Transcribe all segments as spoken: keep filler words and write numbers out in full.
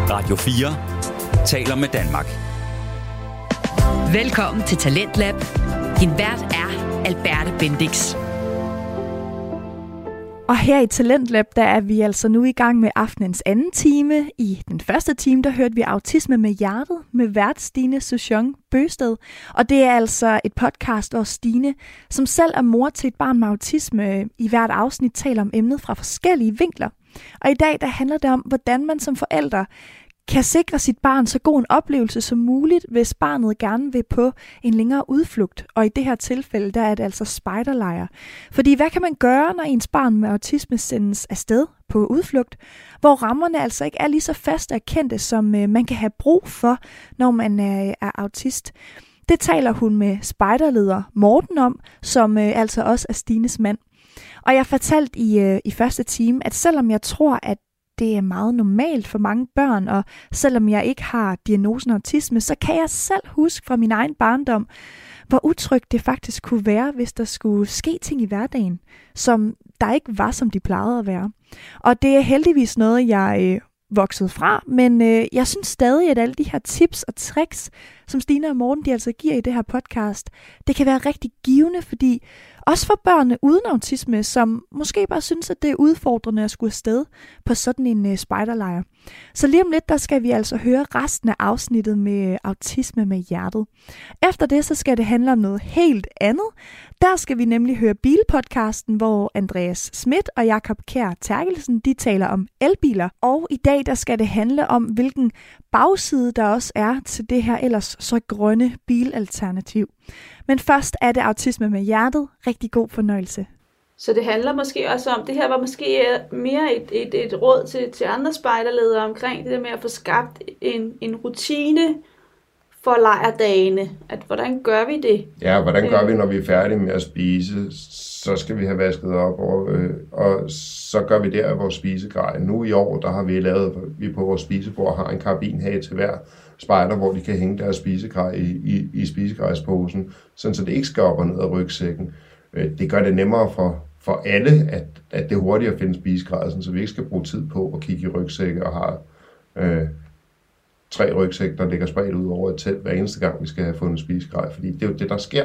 Radio fire taler med Danmark. Velkommen til Talentlab. Din vært er Alberte Bendix. Og her i Talentlab, der er vi altså nu i gang med aftenens anden time. I den første time, der hørte vi Autisme med hjertet med vært Stine Souchon Bøsted. Og det er altså et podcast, hvor Stine, som selv er mor til et barn med autisme, i hvert afsnit taler om emnet fra forskellige vinkler. Og i dag, der handler det om, hvordan man som forældre kan sikre sit barn så god en oplevelse som muligt, hvis barnet gerne vil på en længere udflugt. Og i det her tilfælde, der er det altså spejderlejr. Fordi hvad kan man gøre, når ens barn med autisme sendes afsted på udflugt, hvor rammerne altså ikke er lige så fast erkendte, som øh, man kan have brug for, når man er, er autist? Det taler hun med spejderleder Morten om, som øh, altså også er Stines mand. Og jeg fortalte i, øh, i første time, at selvom jeg tror, at det er meget normalt for mange børn, og selvom jeg ikke har diagnosen autisme, så kan jeg selv huske fra min egen barndom, hvor utrygt det faktisk kunne være, hvis der skulle ske ting i hverdagen, som der ikke var, som de plejede at være. Og det er heldigvis noget, jeg øh, voksede fra, men øh, jeg synes stadig, at alle de her tips og tricks, som Stine og Morten de altså giver i det her podcast, det kan være rigtig givende, fordi også for børnene uden autisme, som måske bare synes, at det er udfordrende at skulle afsted på sådan en uh, spejderlejr. Så lige om lidt, der skal vi altså høre resten af afsnittet med Autisme med hjertet. Efter det, så skal det handle om noget helt andet. Der skal vi nemlig høre Bilpodcasten, hvor Andreas Schmidt og Jakob Kjær Terkelsen, de taler om elbiler. Og i dag, der skal det handle om, hvilken bagside der også er til det her ellers så grønne bilalternativ. Men først er det Autisme med hjertet. Rigtig god fornøjelse. Så det handler måske også om, det her var måske mere et, et, et råd til, til andre spejderledere omkring det der med at få skabt en, en rutine for lejrdagene. At hvordan gør vi det? Ja, hvordan gør vi, når vi er færdige med at spise? Så skal vi have vasket op, og, øh, og så gør vi det af vores spisegrej. Nu i år, der har vi lavet, vi på vores spisebord har en karabinhage til hver spejder, hvor de kan hænge deres spisegrej i, i, i spisegrejsposen, sådan så det ikke skal op og ned af rygsækken. Det gør det nemmere for, for alle, at, at det er hurtigt at finde spisegrej, så vi ikke skal bruge tid på at kigge i rygsække og have øh, tre rygsæk, der ligger spredt ud over et telt hver eneste gang, vi skal have fundet spisegrej, fordi det er jo det, der sker.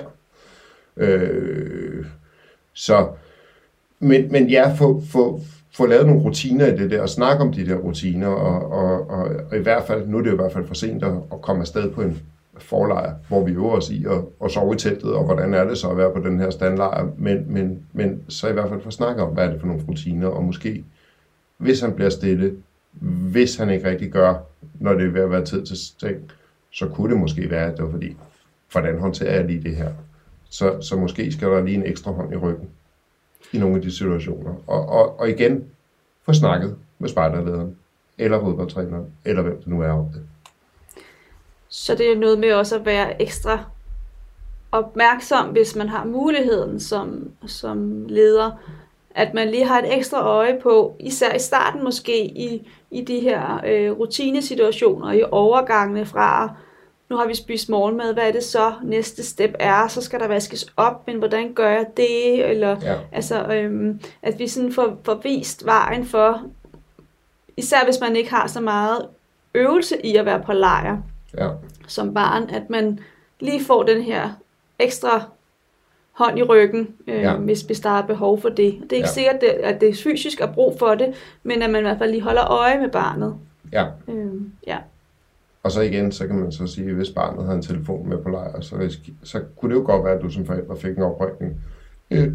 Øh, så, men, men ja, få, få, få lavet nogle rutiner i det der, og snakke om de der rutiner, og, og, og, og i hvert fald, nu er det jo i hvert fald for sent at, at komme afsted på en forlejr, hvor vi øver os i at, at sove i teltet, og hvordan er det så at være på den her standlejr, men, men, men så i hvert fald få snakke om, hvad er det for nogle rutiner, og måske, hvis han bliver stille, hvis han ikke rigtig gør, når det er ved at være tid til ting, så kunne det måske være, at det var fordi, hvordan håndterer jeg lige det her? Så, så måske skal der lige en ekstra hånd i ryggen i nogle af de situationer. Og, og, og igen, få snakket med spejderlederen, eller fodboldtræneren, eller hvem det nu er om det. Så det er noget med også at være ekstra opmærksom, hvis man har muligheden som, som leder, at man lige har et ekstra øje på, især i starten måske, i, i de her øh, rutinesituationer, i overgangene fra, nu har vi spist morgenmad, hvad er det så næste step er, så skal der vaskes op, men hvordan gør jeg det, eller ja. altså, øhm, at vi sådan får, får vist vejen for, især hvis man ikke har så meget øvelse i at være på lejr, ja. som barn, at man lige får den her ekstra hånd i ryggen, øh, ja. hvis, hvis der er behov for det. Det er ikke ja. sikkert, at det er fysisk at brug for det, men at man i hvert fald lige holder øje med barnet. Ja. Øh, ja. Og så igen, så kan man så sige, at hvis barnet har en telefon med på lejr, så, så kunne det jo godt være, at du som forælder fik en opringning. Øh,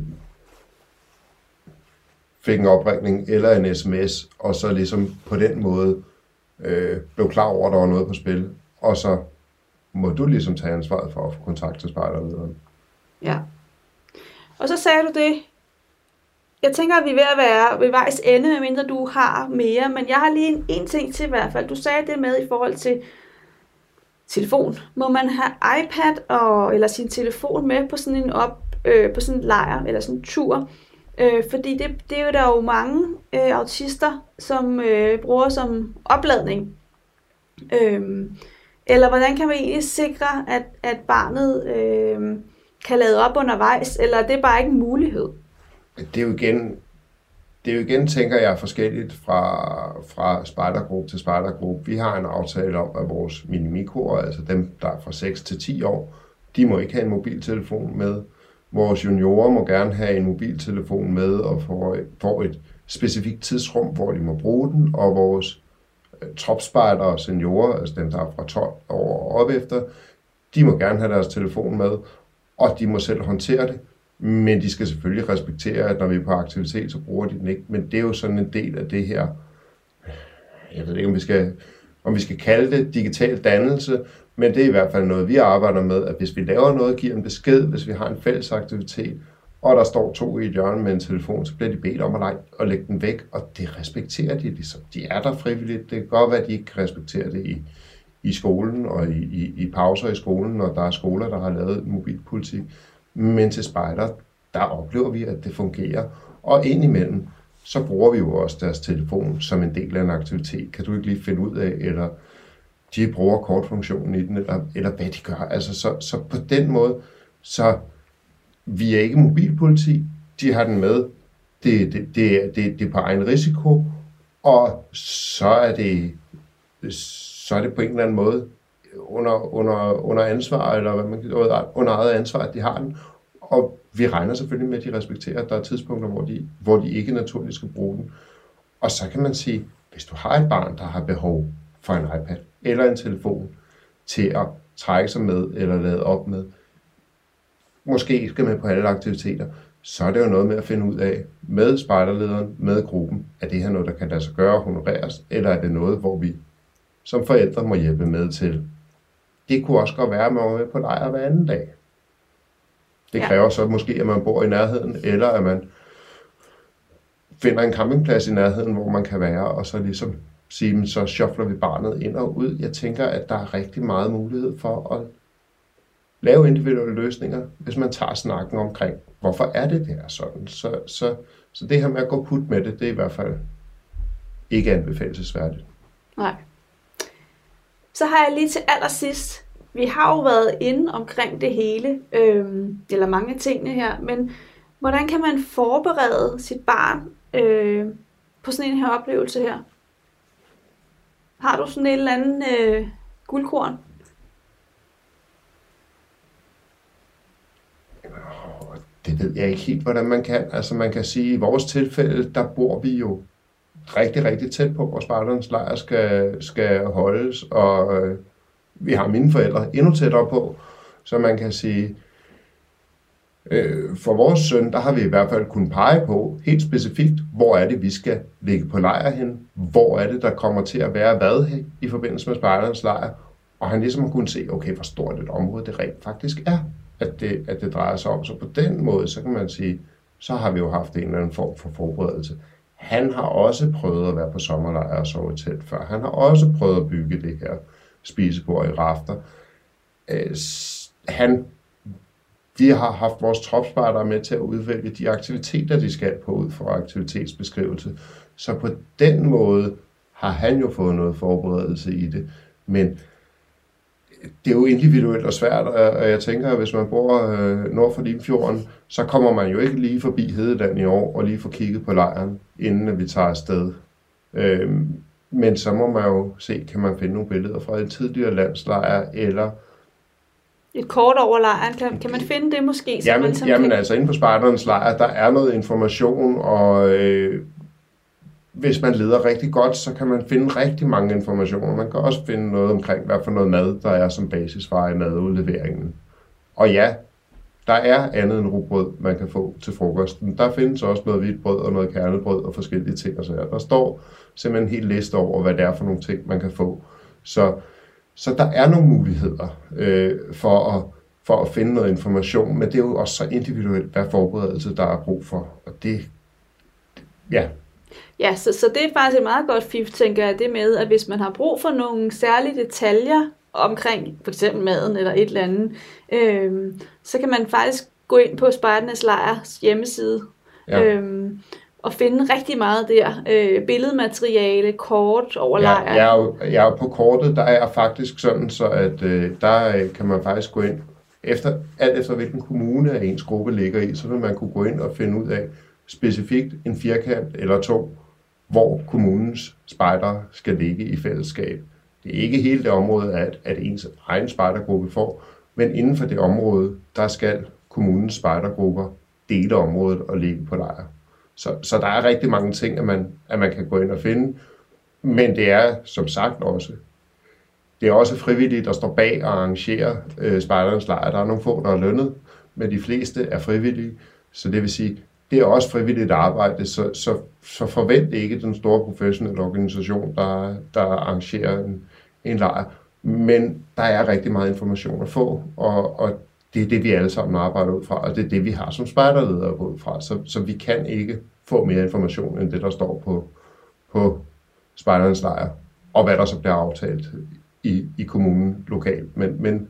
fik en opringning eller en sms, og så ligesom på den måde øh, blev klar over, at der var noget på spil. Og så må du ligesom tage ansvaret for at få kontakt til spejderlederen. Ja. Og så sagde du det. Jeg tænker, at vi er ved at være ved vejs ende, medmindre du har mere. Men jeg har lige en, en ting til i hvert fald. Du sagde det med i forhold til telefon. Må man have iPad og, eller sin telefon med på sådan en op, øh, på sådan en lejr eller sådan en tur? Øh, fordi det, det er jo der er jo mange øh, autister, som øh, bruger som opladning. Øh, eller hvordan kan man egentlig sikre, at, at barnet øh, kan lade op undervejs, eller det er bare ikke en mulighed? Det er jo igen, det er jo igen, tænker jeg, forskelligt fra, fra spejdergruppe til spejdergruppe. Vi har en aftale om, at vores minimikroer, altså dem, der er fra seks til ti år, de må ikke have en mobiltelefon med. Vores juniorer må gerne have en mobiltelefon med og får, får et specifikt tidsrum, hvor de må bruge den, og vores tropspejdere og seniorer, altså dem, der er fra tolv år og op efter, de må gerne have deres telefon med, og de må selv håndtere det. Men de skal selvfølgelig respektere, at når vi er på aktivitet, så bruger de den ikke. Men det er jo sådan en del af det her, jeg ved ikke, om vi skal, om vi skal kalde det digital dannelse, men det er i hvert fald noget, vi arbejder med, at hvis vi laver noget, giver en besked, hvis vi har en fælles aktivitet, og der står to i et hjørne med en telefon, så bliver de bedt om at, lege, at lægge den væk, og det respekterer de ligesom. De er der frivilligt. Det kan godt være, at de ikke kan respektere det i, i skolen og i, i, i pauser i skolen, når der er skoler, der har lavet mobilpolitik. Men til spejder, der oplever vi, at det fungerer. Og indimellem, så bruger vi jo også deres telefon som en del af en aktivitet. Kan du ikke lige finde ud af, eller de bruger kortfunktionen i den, eller, eller hvad de gør. Altså, så, så på den måde, så vi er ikke mobilpoliti. De har den med. Det, det, det, det, det er på egen risiko. Og så er det, så er det på en eller anden måde under, under, under ansvar, eller hvad man under eget ansvar, at de har den. Og vi regner selvfølgelig med, at de respekterer, at der er tidspunkter, hvor de, hvor de ikke naturligt skal bruge den. Og så kan man sige, hvis du har et barn, der har behov for en iPad eller en telefon til at trække sig med eller lade op med, måske skal med på alle aktiviteter, så er det jo noget med at finde ud af med spejderlederen, med gruppen, er det her noget, der kan lade sig gøre og honoreres, eller er det noget, hvor vi som forældre må hjælpe med til. Det kunne også godt være, at man var med på lejr hver anden dag. Det kræver ja. så måske, at man bor i nærheden, eller at man finder en campingplads i nærheden, hvor man kan være, og så ligesom sige, så shuffler vi barnet ind og ud. Jeg tænker, at der er rigtig meget mulighed for at lave individuelle løsninger, hvis man tager snakken omkring, hvorfor er det der sådan. Så, så, så det her med at gå put med det, det er i hvert fald ikke anbefalelsesværdigt. Nej. Så har jeg lige til allersidst, vi har jo været inde omkring det hele, øh, eller mange af tingene her, men hvordan kan man forberede sit barn øh, på sådan en her oplevelse her? Har du sådan en eller anden øh, guldkorn? Det ved jeg ikke helt, hvordan man kan. Altså man kan sige, at i vores tilfælde, der bor vi jo rigtig, rigtig tæt på, hvor spejderens lejr skal, skal holdes, og øh, vi har mine forældre endnu tættere på, så man kan sige, øh, for vores søn, der har vi i hvert fald kunnet pege på, helt specifikt, hvor er det, vi skal ligge på lejr hen, hvor er det, der kommer til at være hvad i forbindelse med spejderens lejr, og han ligesom har kunnet se, okay, hvor stort et område det rent faktisk er, at det, at det drejer sig om. Så på den måde, så kan man sige, så har vi jo haft en eller anden form for forberedelse. Han har også prøvet at være på sommerlejr og sove i telt før. Han har også prøvet at bygge det her spisebord i rafter. Øh, han, vi har haft vores tropspejdere med til at udvælge de aktiviteter, de skal på ud fra aktivitetsbeskrivelse. Så på den måde har han jo fået noget forberedelse i det. Men det er jo individuelt og svært, og jeg tænker, at hvis man bor øh, nord for Limfjorden, så kommer man jo ikke lige forbi Hedeland i år og lige få kigget på lejren, inden vi tager afsted. Øh, men så må man jo se, kan man finde nogle billeder fra en tidligere landslejr, eller et kort over lejren. Kan, kan man finde det måske? Så jamen, man jamen kan... altså inde på spejderens lejr, der er noget information, og øh, hvis man leder rigtig godt, så kan man finde rigtig mange informationer. Man kan også finde noget omkring, hvad for noget mad, der er som basisvare i madudleveringen. Og ja, der er andet end rugbrød, man kan få til frokosten. Der findes også noget hvidt brød og noget kernebrød og forskellige ting. Og så der står simpelthen en hel liste over, hvad det er for nogle ting, man kan få. Så, så der er nogle muligheder øh, for, at, for at finde noget information, men det er jo også så individuelt, hvad forberedelse der er brug for. Og det, ja... Ja, så, så det er faktisk et meget godt fif, tænker jeg, det med, at hvis man har brug for nogle særlige detaljer omkring for eksempel maden eller et eller andet, øh, så kan man faktisk gå ind på Spejdernes Lejrs hjemmeside ja. øh, og finde rigtig meget der. Øh, billedmateriale, kort over lejren. Ja, jeg er jo, jeg er jo på kortet, der er faktisk sådan, så at øh, der kan man faktisk gå ind, efter, alt efter hvilken kommune ens gruppe ligger i, så vil man kunne gå ind og finde ud af, specifikt en firkant eller to, hvor kommunens spejdere skal ligge i fællesskab. Det er ikke hele det område, at, at ens egen spejdergruppe får, men inden for det område, der skal kommunens spejdergrupper dele området og ligge på lejr. Så, så der er rigtig mange ting, at man, at man kan gå ind og finde, men det er som sagt også, det er også frivilligt, der står bag og arrangerer øh, spejderens lejr. Der er nogle få, der er lønnet, men de fleste er frivillige, så det vil sige, det er også frivilligt arbejde, så, så, så forvent ikke den store professionelle organisation, der, der arrangerer en, en lejr. Men der er rigtig meget information at få, og, og det er det, vi alle sammen arbejder ud fra, og det er det, vi har som spejderledere ud fra. Så, så vi kan ikke få mere information, end det, der står på, på spejderens lejr, og hvad der så bliver aftalt i, i kommunen lokalt. Men, men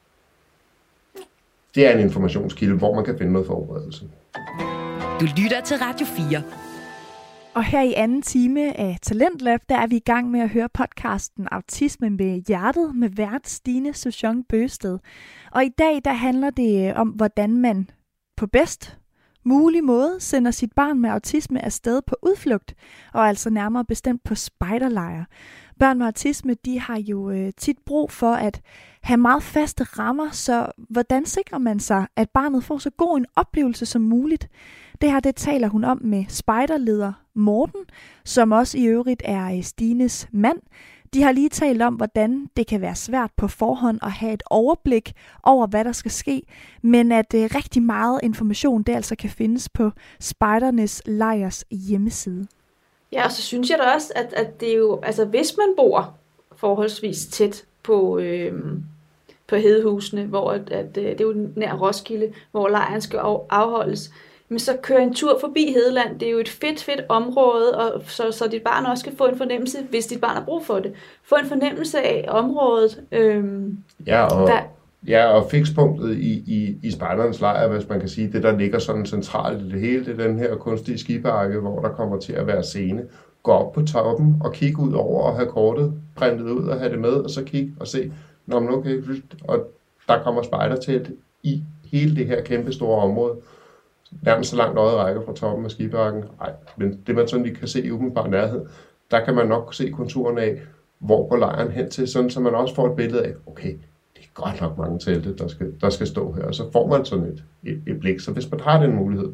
det er en informationskilde, hvor man kan finde noget forberedelse. Du lytter til Radio fire. Og her i anden time af Talentlab, der er vi i gang med at høre podcasten Autisme med hjertet med vært Stine Souchon Bøsted. Og i dag, der handler det om, hvordan man på bedst mulig måde sender sit barn med autisme afsted på udflugt, og altså nærmere bestemt på spejderlejre. Børn med autisme, de har jo øh, tit brug for at have meget faste rammer, så hvordan sikrer man sig, at barnet får så god en oplevelse som muligt? Det her, det taler hun om med spejderleder Morten, som også i øvrigt er Stines mand. De har lige talt om, hvordan det kan være svært på forhånd at have et overblik over, hvad der skal ske, men at uh, rigtig meget information, det altså kan findes på Spejdernes Lejrs hjemmeside. Ja, og så synes jeg da også, at, at det er jo, altså hvis man bor forholdsvis tæt på, øh, på Hedehusene, hvor at, at, det er jo nær Roskilde, hvor lejren skal afholdes, men så kører en tur forbi Hedeland. Det er jo et fedt, fedt område, og så, så dit barn også kan få en fornemmelse, hvis dit barn har brug for det, få en fornemmelse af området. Øhm, ja, og, der... ja, og fikspunktet i, i, i spejderens lejr, hvis man kan sige, det der ligger sådan centralt i det hele, det er den her kunstige skibakke, hvor der kommer til at være scene. Gå op på toppen og kigge ud over og have kortet printet ud og have det med, og så kigge og se, nå, men okay, og der kommer spejdertelt i hele det her kæmpe store område. Nærmest så langt øjet rækker fra toppen af skibakken. Nej, men det man sådan lige kan se i umiddelbar nærhed, der kan man nok se konturerne af, hvor går lejren hen til, sådan så man også får et billede af, okay, det er godt nok mange telte, der skal, der skal stå her, og så får man sådan et, et, et blik. Så hvis man har den mulighed,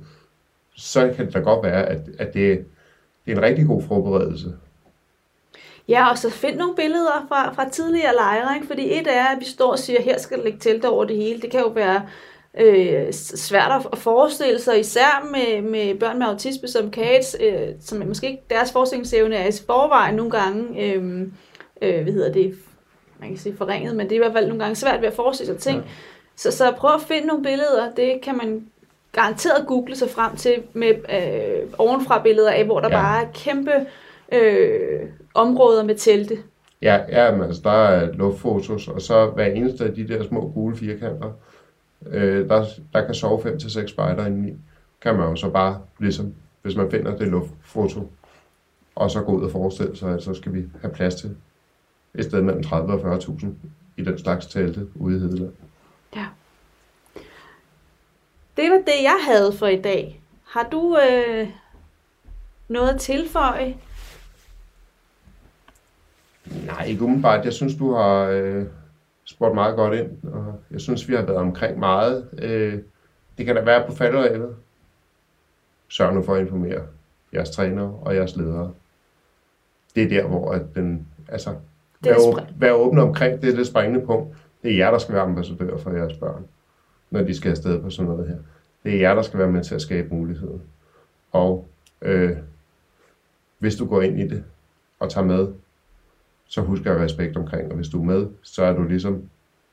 så kan det da godt være, at, at det, det er en rigtig god forberedelse. Ja, og så find nogle billeder fra, fra tidligere lejre, ikke? Fordi et er, at vi står og siger, her skal der ligge telte over det hele. Det kan jo være Øh, svært at forestille sig, især med, med børn med autisme, som Kates, øh, som måske ikke deres forestillingsevne er i forvejen nogle gange, øh, øh, hvad hedder det, man kan sige forringet, men det er i hvert fald nogle gange svært ved at forestille sig ting. Ja. Så, så prøv at finde nogle billeder, det kan man garanteret google sig frem til med øh, ovenfra billeder af, hvor der ja. bare er kæmpe øh, områder med telte. Ja, ja men altså, der er luftfotos, og så hver eneste af de der små gule firkanter, Øh, der, der kan sove fem til seks spejder indeni. Kan man jo så bare, ligesom hvis man finder det luftfoto, og så gå ud og forestille sig, at så skal vi have plads til et sted mellem tredive og fyrre tusind i den slags telte ude i Hedeland. Ja. Det var det, jeg havde for i dag. Har du øh, noget at tilføje? Nej, ikke umiddelbart. Jeg synes, du har øh, spurgt meget godt ind, og jeg synes, vi har været omkring meget. Øh, det kan da være på falderæbet. Sørg nu for at informere jeres trænere og jeres ledere. Det er der, hvor at den, altså, vær, åb- vær åbne omkring, det er det springende punkt. Det er jer, der skal være ambassadør for jeres børn, når de skal afsted på sådan noget her. Det er jer, der skal være med til at skabe muligheden. Og øh, hvis du går ind i det og tager med, så husk at have respekt omkring, og hvis du er med, så er du ligesom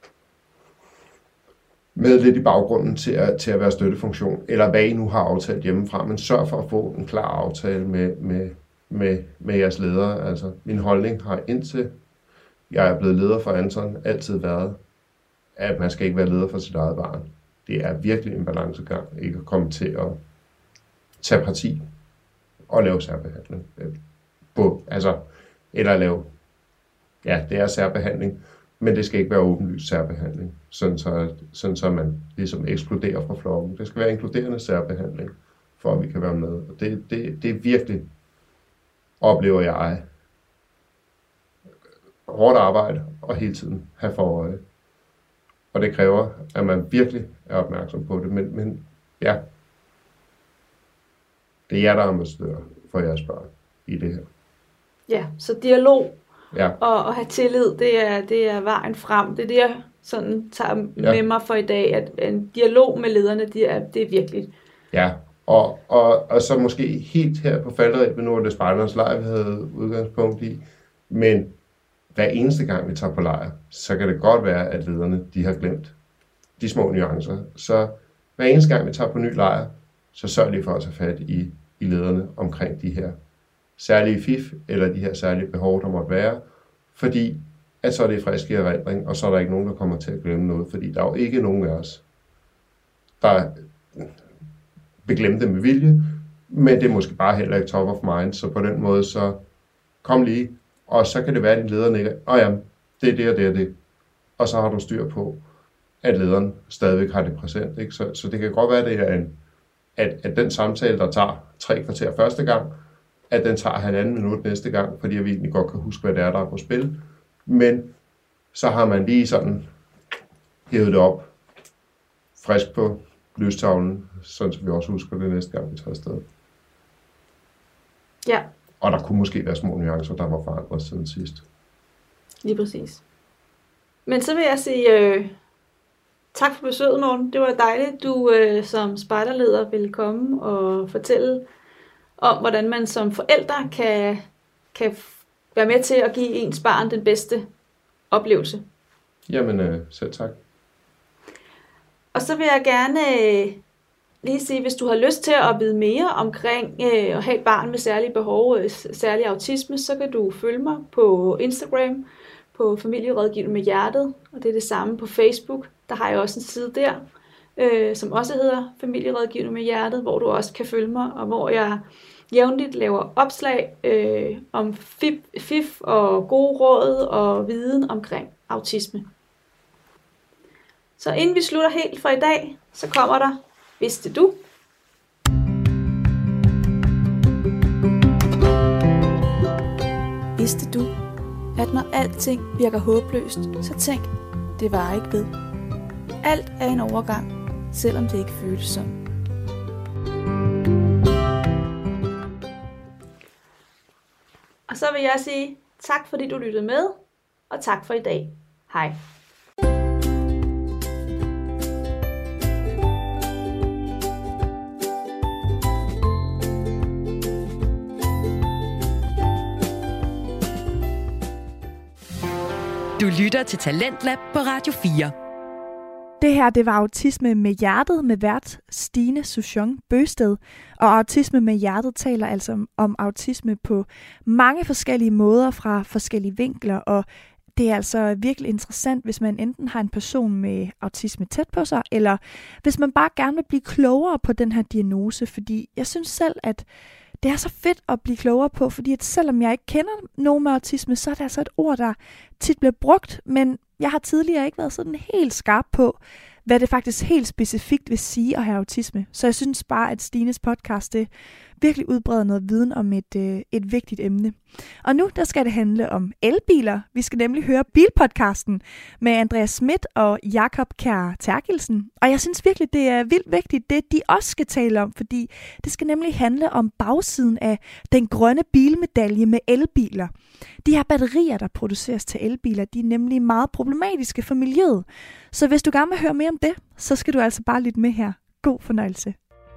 med lidt i baggrunden til at, til at være støttefunktion, eller hvad I nu har aftalt hjemmefra, men sørg for at få en klar aftale med, med, med, med jeres ledere. Altså, min holdning har indtil jeg er blevet leder for Anton altid været, at man skal ikke være leder for sit eget barn. Det er virkelig en balancegang, ikke at komme til at tage parti og lave særbehandling. På, altså, eller lave, ja, det er særbehandling, men det skal ikke være åbenlyst særbehandling, sådan så, sådan så man ligesom ekskluderer fra flokken. Det skal være inkluderende særbehandling, for at vi kan være med. Og det, det, det er virkelig, oplever jeg, hårdt arbejde og hele tiden have for øje. Og det kræver, at man virkelig er opmærksom på det. Men, men ja, det er jer, der er ambassadør for jeres børn i det her. Ja, så dialog ja. og, og have tillid, det er, det er vejen frem. Det er det, jeg sådan tager ja. med mig for i dag, at en dialog med lederne, det er, det er virkelig. Ja, og, og, og så måske helt her på falderebet, nu er det spejdernes lejr, vi havde udgangspunkt i, men hver eneste gang vi tager på lejr, så kan det godt være, at lederne de har glemt de små nuancer. Så hver eneste gang vi tager på ny lejr, så sørger de for at tage fat i, i lederne omkring de her særlige fif, eller de her særlige behov, der måtte være, fordi at så er det frisk i erindring, og så er der ikke nogen, der kommer til at glemme noget, fordi der er jo ikke nogen af os, der vil glemme det med vilje, men det er måske bare heller ikke top of mind, så på den måde, så kom lige, og så kan det være, at din leder nikker, åh ja, det er det og det og det, og så har du styr på, at lederen stadigvæk har det præsent, ikke? Så, så det kan godt være, det er en, at, at den samtale, der tager tre kvarter første gang, at den tager halvanden minut næste gang, fordi vi egentlig godt kan huske, hvad det er, der er på spil. Men så har man lige sådan hævet det op frisk på lystavlen, sådan så vi også husker det næste gang, vi tager afsted. Ja. Og der kunne måske være små nuancer, der var forandret siden sidst. Lige præcis. Men så vil jeg sige øh, tak for besøget, Morten. Det var dejligt, du øh, som spejderleder ville komme og fortælle om, hvordan man som forældre kan, kan være med til at give ens barn den bedste oplevelse. Jamen, øh, selv tak. Og så vil jeg gerne øh, lige sige, hvis du har lyst til at vide mere omkring øh, at have et barn med særlige behov, øh, særlig autisme, så kan du følge mig på Instagram, på Familierådgivning med Hjertet, og det er det samme på Facebook. Der har jeg også en side der, øh, som også hedder Familierådgivning med Hjertet, hvor du også kan følge mig, og hvor jeg jævnligt laver opslag øh, om fif, fif og gode råd og viden omkring autisme. Så inden vi slutter helt for i dag, så kommer der Vidste du? Vidste du, at når alting virker håbløst, så tænk, det var ikke ved. Alt er en overgang, selvom det ikke føles sådan. Og så vil jeg sige tak, fordi du lyttede med, og tak for i dag. Hej. Du lytter til Talentlab på Radio fire. Det her, det var Autisme med Hjertet med vært Stine Souchon Bøsted. Og Autisme med Hjertet taler altså om, om autisme på mange forskellige måder fra forskellige vinkler. Og det er altså virkelig interessant, hvis man enten har en person med autisme tæt på sig, eller hvis man bare gerne vil blive klogere på den her diagnose. Fordi jeg synes selv, at det er så fedt at blive klogere på, fordi at selvom jeg ikke kender nogen med autisme, så er det altså et ord, der tit bliver brugt, men jeg har tidligere ikke været sådan helt skarp på, hvad det faktisk helt specifikt vil sige at have autisme. Så jeg synes bare, at Stines podcast det virkelig udbreder noget viden om et, øh, et vigtigt emne. Og nu der skal det handle om elbiler. Vi skal nemlig høre Bilpodcasten med Andreas Schmidt og Jakob Kjær Terkelsen. Og jeg synes virkelig, det er vildt vigtigt, det de også skal tale om, fordi det skal nemlig handle om bagsiden af den grønne bilmedalje med elbiler. De her batterier, der produceres til elbiler, de er nemlig meget problematiske for miljøet. Så hvis du gerne vil høre mere om det, så skal du altså bare lytte med her. God fornøjelse.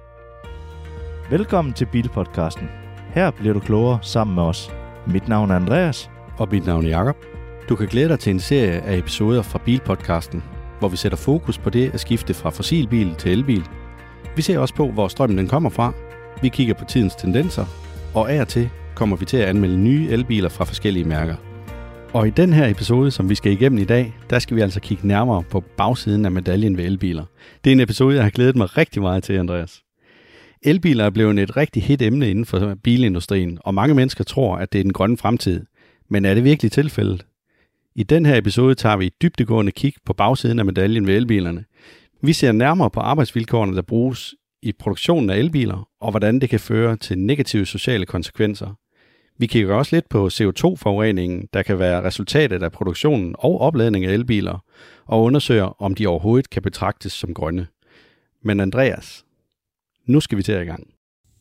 Velkommen til Bilpodcasten. Her bliver du klogere sammen med os. Mit navn er Andreas. Og mit navn er Jakob. Du kan glæde dig til en serie af episoder fra Bilpodcasten, hvor vi sætter fokus på det at skifte fra fossilbil til elbil. Vi ser også på, hvor strømmen den kommer fra. Vi kigger på tidens tendenser, og af og til kommer vi til at anmelde nye elbiler fra forskellige mærker. Og i den her episode, som vi skal igennem i dag, der skal vi altså kigge nærmere på bagsiden af medaljen ved elbiler. Det er en episode, jeg har glædet mig rigtig meget til, Andreas. Elbiler er blevet et rigtig hit emne inden for bilindustrien, og mange mennesker tror, at det er den grønne fremtid. Men er det virkelig tilfældet? I den her episode tager vi et dybdegående kig på bagsiden af medaljen ved elbilerne. Vi ser nærmere på arbejdsvilkårene, der bruges i produktionen af elbiler, og hvordan det kan føre til negative sociale konsekvenser. Vi kigger også lidt på C O to forureningen, der kan være resultatet af produktionen og opladning af elbiler, og undersøger, om de overhovedet kan betragtes som grønne. Men Andreas, nu skal vi til at i gang.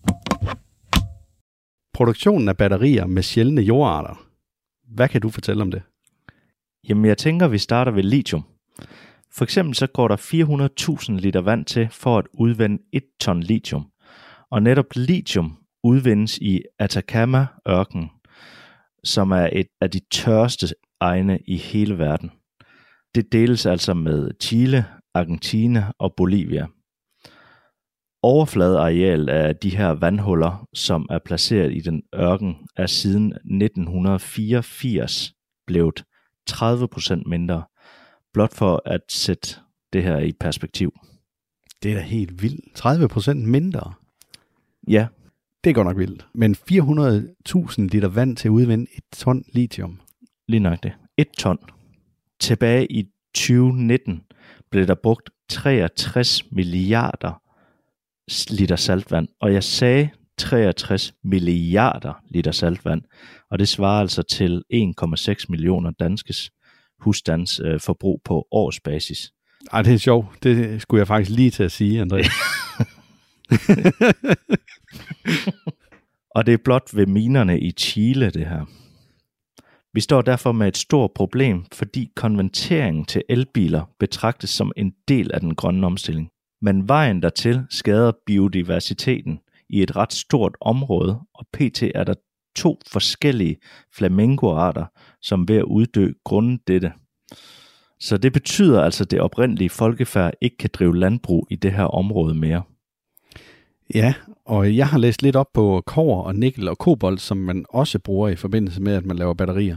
Produktionen af batterier med sjældne jordarter. Hvad kan du fortælle om det? Jamen, jeg tænker, vi starter ved lithium. For eksempel så går der fire hundrede tusind liter vand til for at udvinde et ton lithium. Og netop lithium udvindes i Atacama-ørkenen, som er et af de tørreste egne i hele verden. Det deles altså med Chile, Argentina og Bolivia. Overfladeareal af de her vandhuller, som er placeret i den ørken, er siden nitten fireogfirs blevet tredive procent mindre, blot for at sætte det her i perspektiv. Det er da helt vildt. tredive procent mindre? Ja. Det er godt nok vildt. Men fire hundrede tusind liter vand til at udvinde et ton lithium. Lige nok det. Et ton. Tilbage i tyve nitten blev der brugt treogtres milliarder liter saltvand. Og jeg sagde treogtres milliarder liter saltvand. Og det svarer altså til en komma seks millioner danskes husstands øh, forbrug på årsbasis. Ej, det er sjovt. Det skulle jeg faktisk lige til at sige, Andreas. Og det er blot ved minerne i Chile, det her. Vi står derfor med et stort problem, fordi konverteringen til elbiler betragtes som en del af den grønne omstilling. Men vejen dertil skader biodiversiteten i et ret stort område, og pt. Er der to forskellige flamingoarter, som er ved at uddø grundet dette. Så det betyder altså, at det oprindelige folkefærd ikke kan drive landbrug i det her område mere. Ja, og jeg har læst lidt op på kobber og nikkel og kobolt, som man også bruger i forbindelse med, at man laver batterier.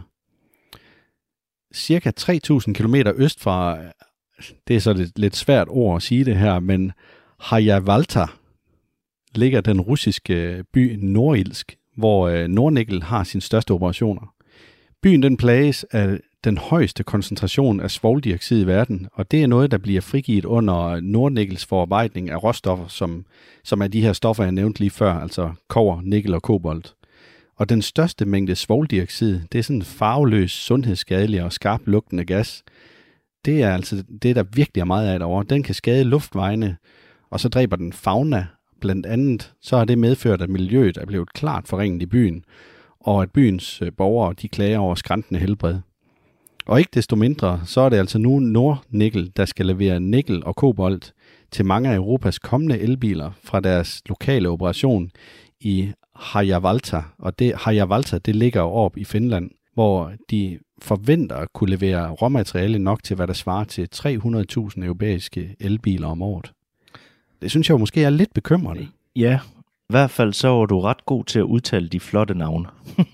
Cirka tre tusind kilometer øst fra, det er så lidt, lidt svært ord at sige det her, men Harjavalta ligger den russiske by Norilsk, hvor Nordnickel har sine største operationer. Byen den plages af den højeste koncentration af svovldioxid i verden, og det er noget, der bliver frigivet under Nordnickels forarbejdning af råstoffer, som, som er de her stoffer, jeg nævnte lige før, altså kobber, nikkel og kobolt. Og den største mængde svovldioxid, det er sådan en farveløs, sundhedsskadelig og skarp lugtende gas. Det er altså det, der virkelig er meget af derovre. Den kan skade luftvejene, og så dræber den fauna. Blandt andet så har det medført, at miljøet er blevet klart forringet i byen, og at byens borgere de klager over skrantende helbred. Og ikke desto mindre, så er det altså nu Nordnickel, der skal levere nikkel og kobolt til mange af Europas kommende elbiler fra deres lokale operation i Harjavalta. Og det Harjavalta, det ligger oppe i Finland, hvor de forventer at kunne levere råmateriale nok til, hvad der svarer til tre hundrede tusind europæiske elbiler om året. Det synes jeg jo måske er lidt bekymrende. Ja, i hvert fald så var du ret god til at udtale de flotte navne.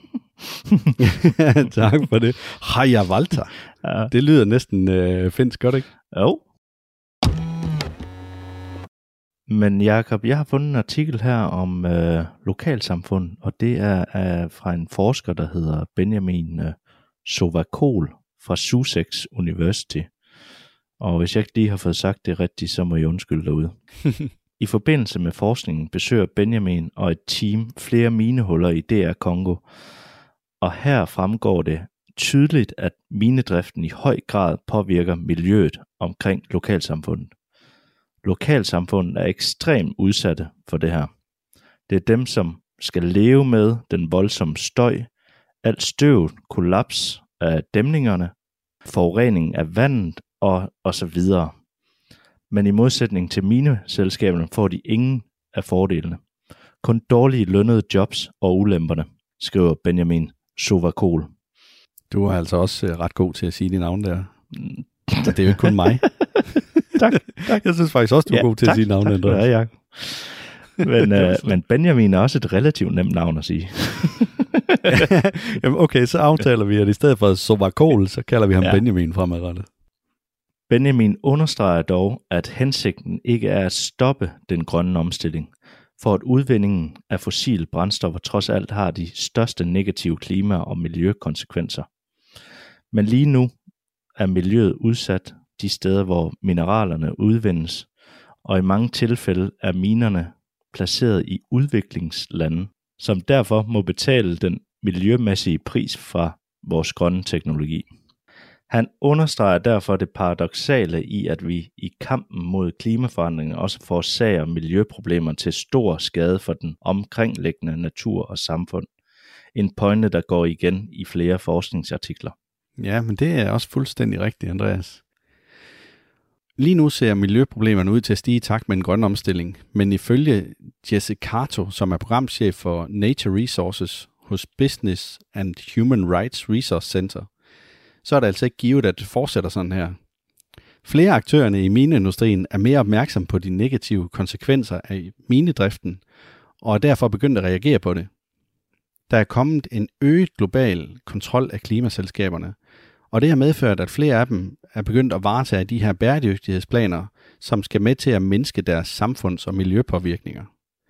Tak for det. Harjavalta. Ja. Det lyder næsten øh, finsk, godt ikke? Jo. Men Jakob, jeg har fundet en artikel her om øh, lokalsamfund, og det er øh, fra en forsker, der hedder Benjamin øh, Sovakol fra Sussex University. Og hvis jeg ikke lige har fået sagt det rigtigt, så må jeg undskylde derude. I forbindelse med forskningen besøger Benjamin og et team flere minehuller i D R Congo, og her fremgår det tydeligt, at minedriften i høj grad påvirker miljøet omkring lokalsamfundet. Lokalsamfundet er ekstremt udsatte for det her. Det er dem, som skal leve med den voldsomme støj, alt støv, kollaps af dæmningerne, forurening af vandet og, og så videre. Men i modsætning til mineselskaberne får de ingen af fordelene. Kun dårlige lønnede jobs og ulemperne, skriver Benjamin Sovakol. Du er altså også uh, ret god til at sige dine navne der. Så det er jo ikke kun mig. tak, tak. Jeg synes faktisk også, du er ja, god til tak, at sige navne. Tak, tak, ja, men, uh, men Benjamin er også et relativt nemt navn at sige. Jamen okay, så aftaler vi, at i stedet for Sovakol, så kalder vi ham ja. Benjamin fremadrettet. Benjamin understreger dog, at hensigten ikke er at stoppe den grønne omstilling, for at udvindingen af fossile brændstoffer trods alt har de største negative klima- og miljøkonsekvenser. Men lige nu er miljøet udsat de steder, hvor mineralerne udvindes, og i mange tilfælde er minerne placeret i udviklingslande, som derfor må betale den miljømæssige pris fra vores grønne teknologi. Han understreger derfor det paradoksale i, at vi i kampen mod klimaforandringer også forårsager miljøproblemer til stor skade for den omkringliggende natur og samfund. En pointe, der går igen i flere forskningsartikler. Ja, men det er også fuldstændig rigtigt, Andreas. Lige nu ser miljøproblemerne ud til at stige i takt med en grøn omstilling, men ifølge Jesse Cato, som er programchef for Nature Resources hos Business and Human Rights Resource Center, så er det altså ikke givet, at det fortsætter sådan her. Flere aktørerne i mineindustrien er mere opmærksomme på de negative konsekvenser af minedriften, og er derfor begyndt at reagere på det. Der er kommet en øget global kontrol af klimaselskaberne, og det har medført, at flere af dem er begyndt at varetage de her bæredygtighedsplaner, som skal med til at mindske deres samfunds- og miljøpåvirkninger.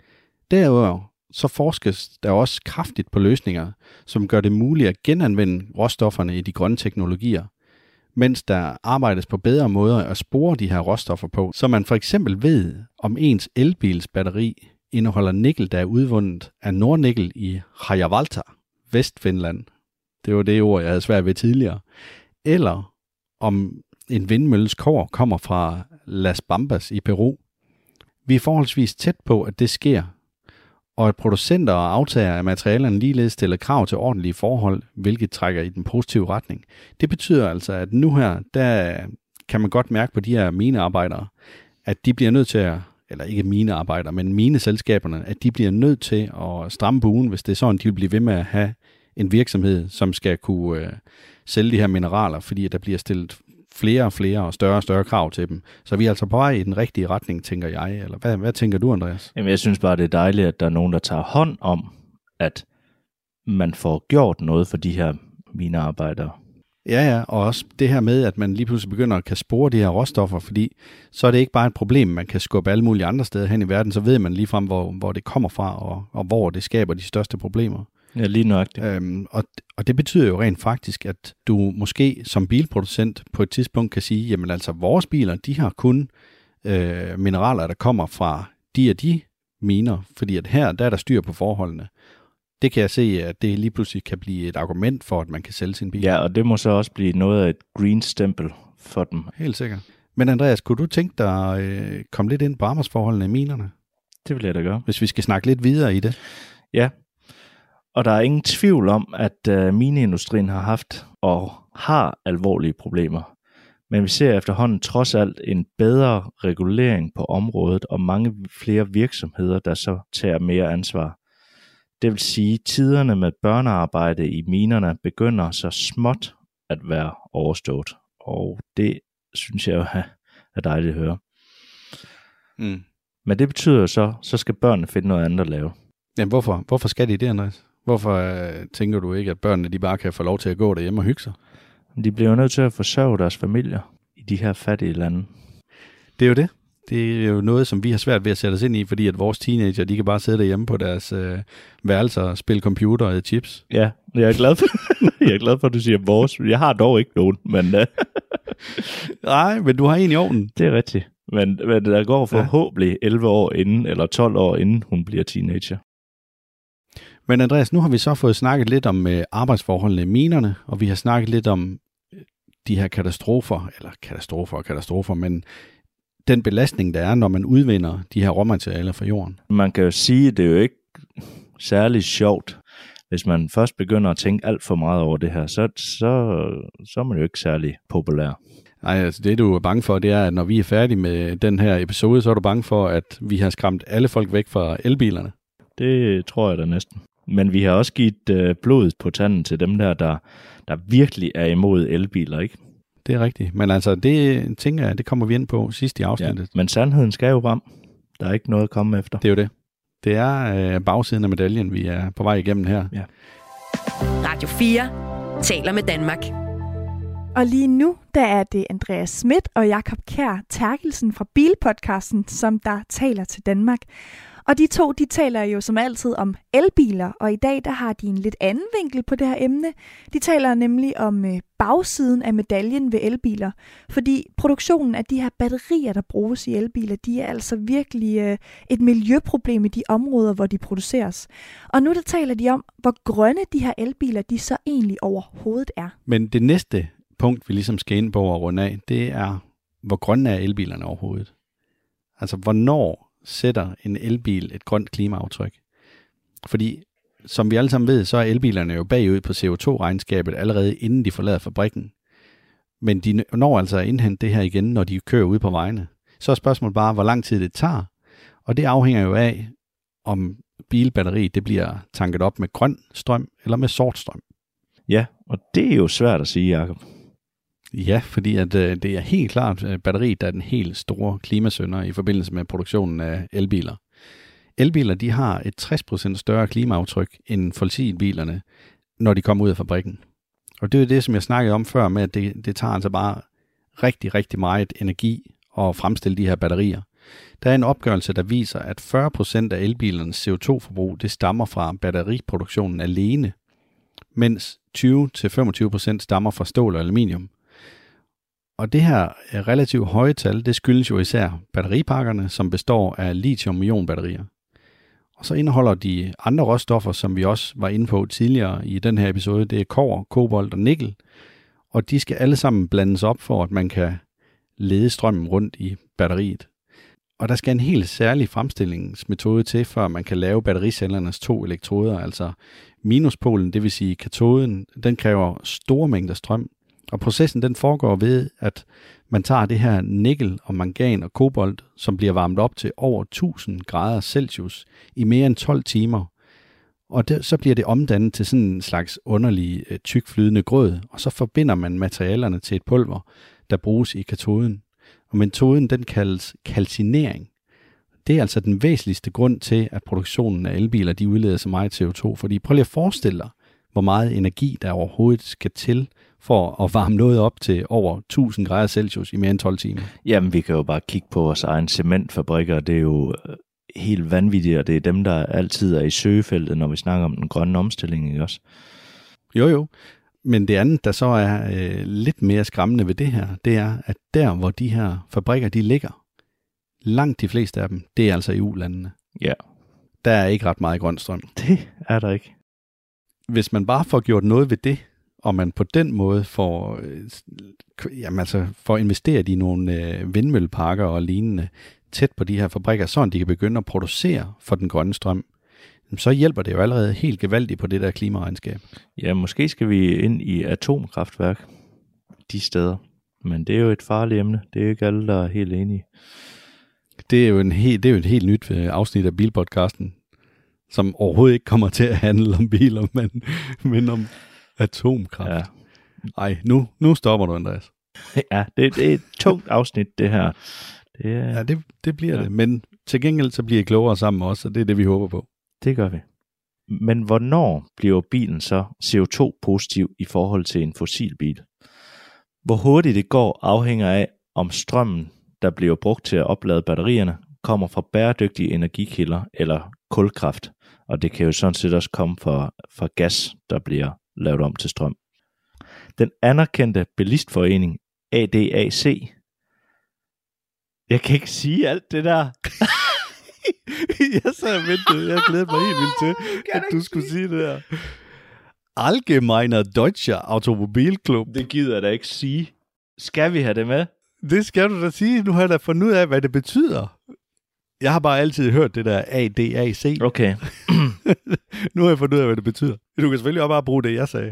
Derudover så forskes der også kraftigt på løsninger, som gør det muligt at genanvende råstofferne i de grønne teknologier, mens der arbejdes på bedre måder at spore de her råstoffer på, så man for eksempel ved, om ens elbils batteri indeholder nikkel, der er udvundet af Nordnikkel i Harjavalta, Vestfinland. Det var det ord, jeg havde svært ved tidligere. Eller om en vindmølles kår kommer fra Las Bambas i Peru. Vi er forholdsvis tæt på, at det sker, og at producenter og aftagere af materialerne ligeledes stiller krav til ordentlige forhold, hvilket trækker i den positive retning. Det betyder altså, at nu her, der kan man godt mærke på de her minearbejdere, at de bliver nødt til at, eller ikke minearbejdere, men mineselskaberne, at de bliver nødt til at stramme buen, hvis det er sådan, de vil blive ved med at have en virksomhed, som skal kunne øh, sælge de her mineraler, fordi der bliver stillet flere og flere og større og større krav til dem. Så vi er altså på vej i den rigtige retning, tænker jeg. Eller hvad, hvad tænker du, Andreas? Jamen, jeg synes bare, det er dejligt, at der er nogen, der tager hånd om, at man får gjort noget for de her minearbejdere. Ja, ja, og også det her med, at man lige pludselig begynder at kan spore de her råstoffer, fordi så er det ikke bare et problem, man kan skubbe alle mulige andre steder hen i verden, så ved man ligefrem, hvor, hvor det kommer fra, og, og hvor det skaber de største problemer. Ja, lige nøjagtigt. Øhm, og, og det betyder jo rent faktisk, at du måske som bilproducent på et tidspunkt kan sige, jamen altså vores biler, de har kun øh, mineraler, der kommer fra de og de miner, fordi at her, der er der styr på forholdene. Det kan jeg se, at det lige pludselig kan blive et argument for, at man kan sælge sin bil. Ja, og det må så også blive noget af et green stempel for dem. Helt sikkert. Men Andreas, kunne du tænke dig at øh, komme lidt ind på arbejdsforholdene i minerne? Det vil jeg da gøre. Hvis vi skal snakke lidt videre i det. Ja, og der er ingen tvivl om, at øh, mineindustrien har haft og har alvorlige problemer. Men vi ser efterhånden trods alt en bedre regulering på området og mange flere virksomheder, der så tager mere ansvar. Det vil sige, at tiderne med børnearbejde i minerne begynder så småt at være overstået. Og det synes jeg jo er dejligt at høre. Mm. Men det betyder så, så skal børnene finde noget andet at lave. Jamen hvorfor? Hvorfor skal de det, Andreas? Hvorfor øh, tænker du ikke, at børnene de bare kan få lov til at gå derhjemme og hygge sig? De bliver jo nødt til at forsørge deres familier i de her fattige lande. Det er jo det. Det er jo noget, som vi har svært ved at sætte os ind i, fordi at vores teenager, de kan bare sidde derhjemme på deres øh, værelser og spille computer og chips. Ja, jeg er glad for, jeg er glad for, at du siger vores. Jeg har dog ikke nogen, men... Uh... Nej, men du har en i ovnen. Det er rigtigt. Men, men der går forhåbentlig elleve år inden, eller tolv år inden hun bliver teenager. Men Andreas, nu har vi så fået snakket lidt om øh, arbejdsforholdene i minerne, og vi har snakket lidt om øh, de her katastrofer, eller katastrofer og katastrofer, men den belastning, der er, når man udvinder de her råmaterialer fra jorden. Man kan jo sige, at det er jo ikke særlig sjovt, hvis man først begynder at tænke alt for meget over det her, så, så, så er man jo ikke særlig populær. Nej, altså det du er bange for, det er, at når vi er færdige med den her episode, så er du bange for, at vi har skræmt alle folk væk fra elbilerne. Det tror jeg da næsten. Men vi har også givet øh, blod på tanden til dem der, der, der virkelig er imod elbiler, ikke? Det er rigtigt. Men altså, det tænker jeg, det kommer vi ind på sidst i afsnittet. Ja, men sandheden skal jo frem. Der er ikke noget at komme efter. Det er jo det. Det er øh, bagsiden af medaljen, vi er på vej igennem her. Ja. Radio fire taler med Danmark. Og lige nu, der er det Andreas Schmidt og Jakob Kjær Terkelsen fra Bilpodcasten, som der taler til Danmark. Og de to, de taler jo som altid om elbiler, og i dag der har de en lidt anden vinkel på det her emne. De taler nemlig om øh, bagsiden af medaljen ved elbiler, fordi produktionen af de her batterier, der bruges i elbiler, de er altså virkelig øh, et miljøproblem i de områder, hvor de produceres. Og nu der taler de om, hvor grønne de her elbiler, de så egentlig overhovedet er. Men det næste punkt, vi ligesom skal ind på og runde af, det er, hvor grønne er elbilerne overhovedet? Altså, hvornår sætter en elbil et grønt klimaaftryk? Fordi, som vi alle sammen ved, så er elbilerne jo bagud på C O to regnskabet allerede inden de forlader fabrikken. Men de når altså at indhente det her igen, når de kører ude på vejene. Så er spørgsmålet bare, hvor lang tid det tager. Og det afhænger jo af, om bilbatteriet det bliver tanket op med grøn strøm eller med sort strøm. Ja, og det er jo svært at sige, Jacob. Ja, fordi at, øh, det er helt klart øh, batteriet, der er den helt store klimasynder i forbindelse med produktionen af elbiler. Elbiler, de har et tres procent større klimaaftryk end fossilbilerne, når de kommer ud af fabrikken. Og det er jo det, som jeg snakkede om før, med at det, det tager altså bare rigtig, rigtig meget energi at fremstille de her batterier. Der er en opgørelse, der viser, at fyrre procent af elbilernes C O to forbrug, det stammer fra batteriproduktionen alene, mens tyve til femogtyve procent stammer fra stål og aluminium. Og det her relativt høje tal, det skyldes jo især batteripakkerne, som består af lithium-ion-batterier. Og så indeholder de andre råstoffer, som vi også var inde på tidligere i den her episode, det er kobber, kobolt og nikkel. Og de skal alle sammen blandes op for, at man kan lede strømmen rundt i batteriet. Og der skal en helt særlig fremstillingsmetode til, før man kan lave battericellernes to elektroder, altså minuspolen, det vil sige katoden, den kræver store mængder strøm. Og processen den foregår ved, at man tager det her nikkel og mangan og kobolt, som bliver varmet op til over tusind grader Celsius i mere end tolv timer. Og det, så bliver det omdannet til sådan en slags underlig tykflydende grød, og så forbinder man materialerne til et pulver, der bruges i katoden. Og metoden den kaldes kalcinering. Det er altså den væsentligste grund til, at produktionen af elbiler de udleder så meget C O to. Fordi prøv lige at forestille dig, hvor meget energi der overhovedet skal til for at varme noget op til over tusind grader Celsius i mere end tolv timer. Jamen, vi kan jo bare kigge på vores egen cementfabrikker. Det er jo helt vanvittigt, og det er dem, der altid er i søgefeltet, når vi snakker om den grønne omstilling, ikke også? Jo, jo. Men det andet, der så er øh, lidt mere skræmmende ved det her, det er, at der, hvor de her fabrikker, de ligger, langt de fleste af dem, det er altså i u-landene. Ja. Der er ikke ret meget grøn strøm. Det er der ikke. Hvis man bare får gjort noget ved det, og man på den måde får, øh, jamen altså, får investeret i nogle øh, vindmølleparker og lignende tæt på de her fabrikker, så de kan begynde at producere for den grønne strøm, så hjælper det jo allerede helt gevaldigt på det der klimaregnskab. Ja, måske skal vi ind i atomkraftværk de steder. Men det er jo et farligt emne. Det er jo ikke alle, der er helt enige. Det er jo, en helt, det er jo et helt nyt afsnit af Bilpodcasten, som overhovedet ikke kommer til at handle om biler, men, men om atomkraft. Ja. Ej, nu, nu stopper du, Andreas. Ja, det, det er et tungt afsnit, det her. Det er... Ja, det, det bliver ja. det. Men til gengæld så bliver I klogere sammen også, og det er det, vi håber på. Det gør vi. Men hvornår bliver bilen så C O to positiv i forhold til en fossilbil? Hvor hurtigt det går afhænger af, om strømmen, der bliver brugt til at oplade batterierne, kommer fra bæredygtige energikilder eller kulkraft. Og det kan jo sådan set også komme fra, fra gas, der bliver lavet om til strøm. Den anerkendte bilistforening A D A C. Jeg kan ikke sige alt det der. Jeg sad og ventede. Jeg glædede mig helt vildt til, at du skulle sige det der. Allgemeiner Deutscher Automobilclub. Det gider jeg da ikke sige. Skal vi have det med? Det skal du da sige. Nu har jeg da fundet ud af, hvad det betyder. Jeg har bare altid hørt det der A D A C. Okay. Nu har jeg fundet ud af, hvad det betyder. Du kan selvfølgelig også bare bruge det, jeg sagde.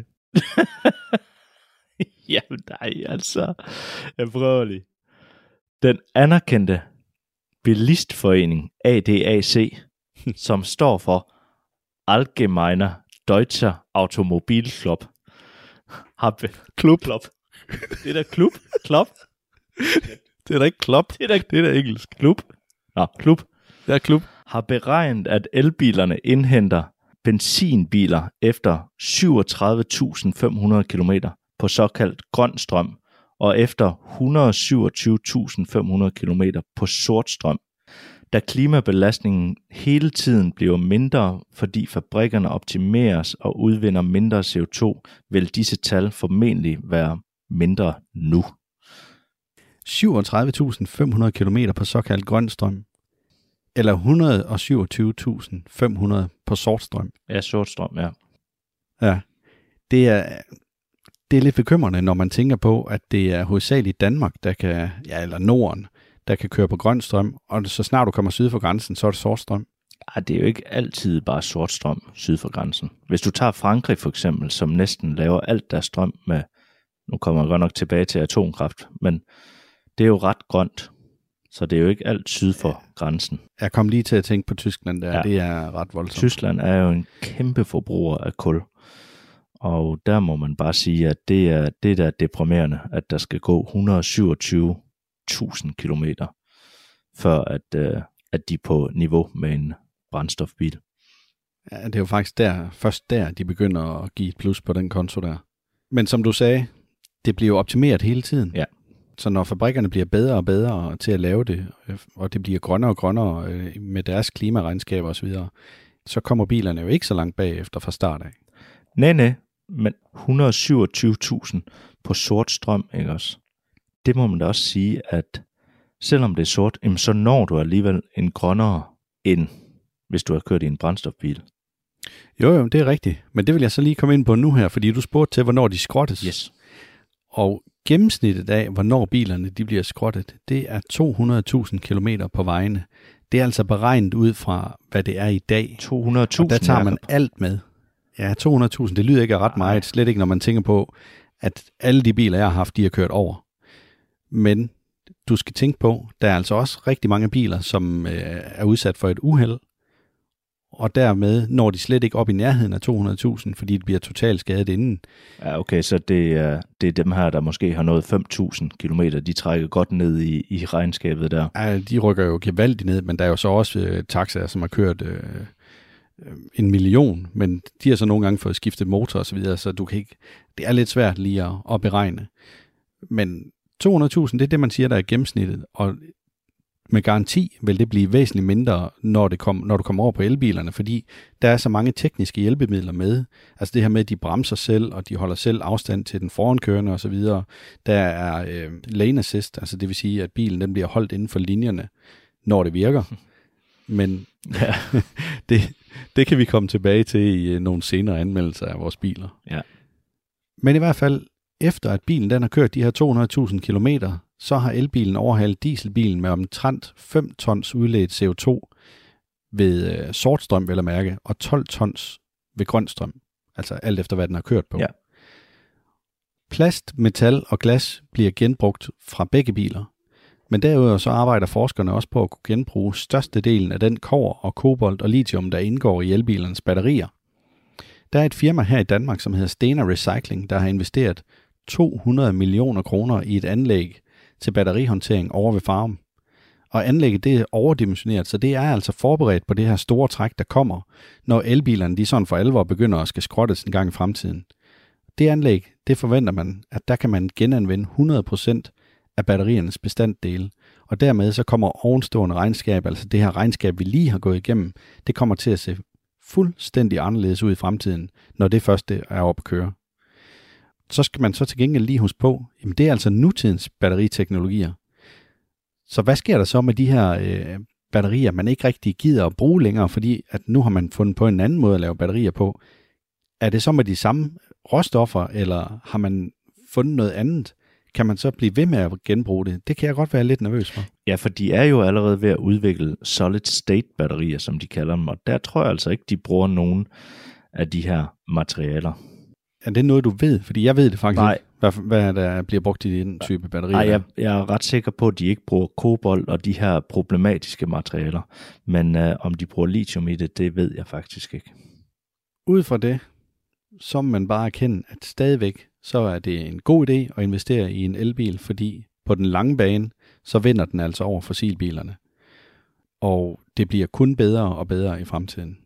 Jamen nej, altså. Jeg prøver lige. Den anerkendte bilistforening A D A C, som står for Allgemeiner Deutscher Automobilclub, har be- klub. klub. Det er da klub. Klub. Det er da ikke klub. Det er da, det er da engelsk. Klub. Nå, klub. Det er klub. Har beregnet, at elbilerne indhenter benzinbiler efter syvogtredive tusind fem hundrede kilometer på såkaldt grøn strøm, og efter et hundrede og syvogtyve tusind fem hundrede kilometer på sort strøm. Da klimabelastningen hele tiden bliver mindre, fordi fabrikkerne optimeres og udvinder mindre C O to, vil disse tal formentlig være mindre nu. syvogtredive tusind fem hundrede kilometer på såkaldt grøn strøm, eller et hundrede og syvogtyve tusind fem hundrede på sort strøm. Ja, sort strøm, ja. Ja, det er, det er lidt bekymrende, når man tænker på, at det er hovedsageligt Danmark, der kan, ja, eller Norden, der kan køre på grøn strøm, og så snart du kommer syd for grænsen, så er det sort strøm. Ej, det er jo ikke altid bare sort strøm syd for grænsen. Hvis du tager Frankrig for eksempel, som næsten laver alt deres strøm med, nu kommer jeg godt nok tilbage til atomkraft, men det er jo ret grønt, så det er jo ikke alt syd for grænsen. Jeg kom lige til at tænke på Tyskland der, ja. Det er ret voldsomt. Tyskland er jo en kæmpe forbruger af kul, og der må man bare sige, at det er det, der er deprimerende, at der skal gå et hundrede og syvogtyve tusind kilometer, før at, øh, at de er på niveau med en brændstofbil. Ja, det er jo faktisk der, først der, de begynder at give et plus på den konto der. Men som du sagde, det bliver jo optimeret hele tiden. Ja. Så når fabrikkerne bliver bedre og bedre til at lave det, og det bliver grønnere og grønnere med deres klimaregnskaber osv., så kommer bilerne jo ikke så langt bagefter fra start af. Nej, nej, men et hundrede og syvogtyve tusind på sort strøm, ikke også? Det må man da også sige, at selvom det er sort, så når du alligevel en grønnere end hvis du har kørt i en brændstofbil. Jo, jo, det er rigtigt. Men det vil jeg så lige komme ind på nu her, fordi du spurgte til, hvornår de skrottes. Yes. Og gennemsnittet af, hvornår bilerne de bliver skrottet, det er to hundrede tusind kilometer på vejene. Det er altså beregnet ud fra, hvad det er i dag. to hundrede tusind, og der tager man alt med. Ja, to hundrede tusind, det lyder ikke ret meget. Slet ikke, når man tænker på, at alle de biler, jeg har haft, de har kørt over. Men du skal tænke på, der er altså også rigtig mange biler, som øh, er udsat for et uheld, og dermed når de slet ikke op i nærheden af to hundrede tusind, fordi de bliver totalt skadet inden. Ja, okay, så det er, det er dem her, der måske har nået fem tusind kilometer, de trækker godt ned i, i regnskabet der. Ja, de rykker jo gevaldigt ned, men der er jo så også øh, taxaer, som har kørt øh, en million, men de har så nogle gange fået skiftet motor og så videre, så du kan ikke, det er lidt svært lige at, at beregne. Men to hundrede tusind, det er det, man siger, der er gennemsnittet, og med garanti vil det blive væsentligt mindre, når, det kom, når du kommer over på elbilerne, fordi der er så mange tekniske hjælpemidler med. Altså det her med, at de bremser selv, og de holder selv afstand til den forankørende og så videre. Der er øh, lane assist, altså det vil sige, at bilen den bliver holdt inden for linjerne, når det virker. Men ja, det, det kan vi komme tilbage til i øh, nogle senere anmeldelser af vores biler. Ja. Men i hvert fald, efter at bilen den har kørt de her to hundrede tusind kilometer, så har elbilen overhalet dieselbilen med omtrent fem tons udledt C O to ved øh, sort strøm, vel at mærke, og tolv tons ved grøn strøm. Altså alt efter, hvad den har kørt på. Ja. Plast, metal og glas bliver genbrugt fra begge biler. Men derudover så arbejder forskerne også på at kunne genbruge størstedelen af den kobber og kobolt og lithium, der indgår i elbilernes batterier. Der er et firma her i Danmark, som hedder Stena Recycling, der har investeret to hundrede millioner kroner i et anlæg til batterihåndtering over ved Farum. Og anlægget det er overdimensioneret, så det er altså forberedt på det her store træk, der kommer, når elbilerne de sådan for alvor begynder at skal skrottes en gang i fremtiden. Det anlæg, det forventer man, at der kan man genanvende hundrede procent af batteriernes bestanddele, og dermed så kommer ovenstående regnskab, altså det her regnskab, vi lige har gået igennem, det kommer til at se fuldstændig anderledes ud i fremtiden, når det første er oppe at køre. Så skal man så til gengæld lige huske på, jamen det er altså nutidens batteriteknologier. Så hvad sker der så med de her øh, batterier, man ikke rigtig gider at bruge længere, fordi at nu har man fundet på en anden måde at lave batterier på? Er det så med de samme råstoffer, eller har man fundet noget andet? Kan man så blive ved med at genbruge det? Det kan jeg godt være lidt nervøs for. Ja, for de er jo allerede ved at udvikle solid state batterier, som de kalder dem, og der tror jeg altså ikke, de bruger nogen af de her materialer. Er det noget, du ved? Fordi jeg ved det faktisk Nej. ikke, hvad, hvad der bliver brugt i den type batterier. Nej, jeg, jeg er ret sikker på, at de ikke bruger kobolt og de her problematiske materialer. Men øh, om de bruger lithium i det, det ved jeg faktisk ikke. Ud fra det, så må man bare erkende, at stadigvæk så er det en god idé at investere i en elbil, fordi på den lange bane, så vinder den altså over fossilbilerne. Og det bliver kun bedre og bedre i fremtiden.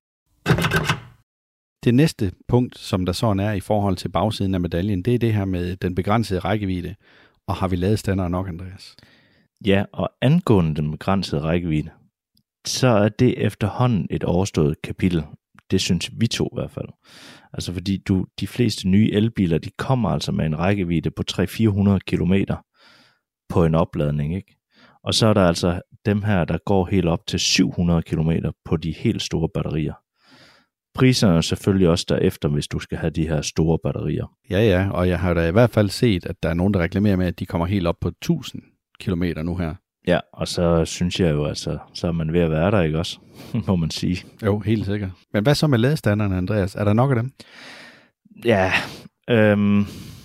Det næste punkt, som der sådan er i forhold til bagsiden af medaljen, det er det her med den begrænsede rækkevidde. Og har vi lavet standard nok, Andreas? Ja, og angående den begrænsede rækkevidde, så er det efterhånden et overstået kapitel. Det synes vi to i hvert fald. Altså fordi du, de fleste nye elbiler, de kommer altså med en rækkevidde på tre til fire hundrede kilometer på en opladning, ikke? Og så er der altså dem her, der går helt op til syv hundrede kilometer på de helt store batterier. Priserne er selvfølgelig også derefter, hvis du skal have de her store batterier. Ja, ja, og jeg har da i hvert fald set, at der er nogen, der reklamerer med, at de kommer helt op på tusind kilometer nu her. Ja, og så synes jeg jo, altså, så er man ved at være der, ikke også? Må man sige. Jo, helt sikkert. Men hvad så med ladestanderne, Andreas? Er der nok af dem? Ja, øhm,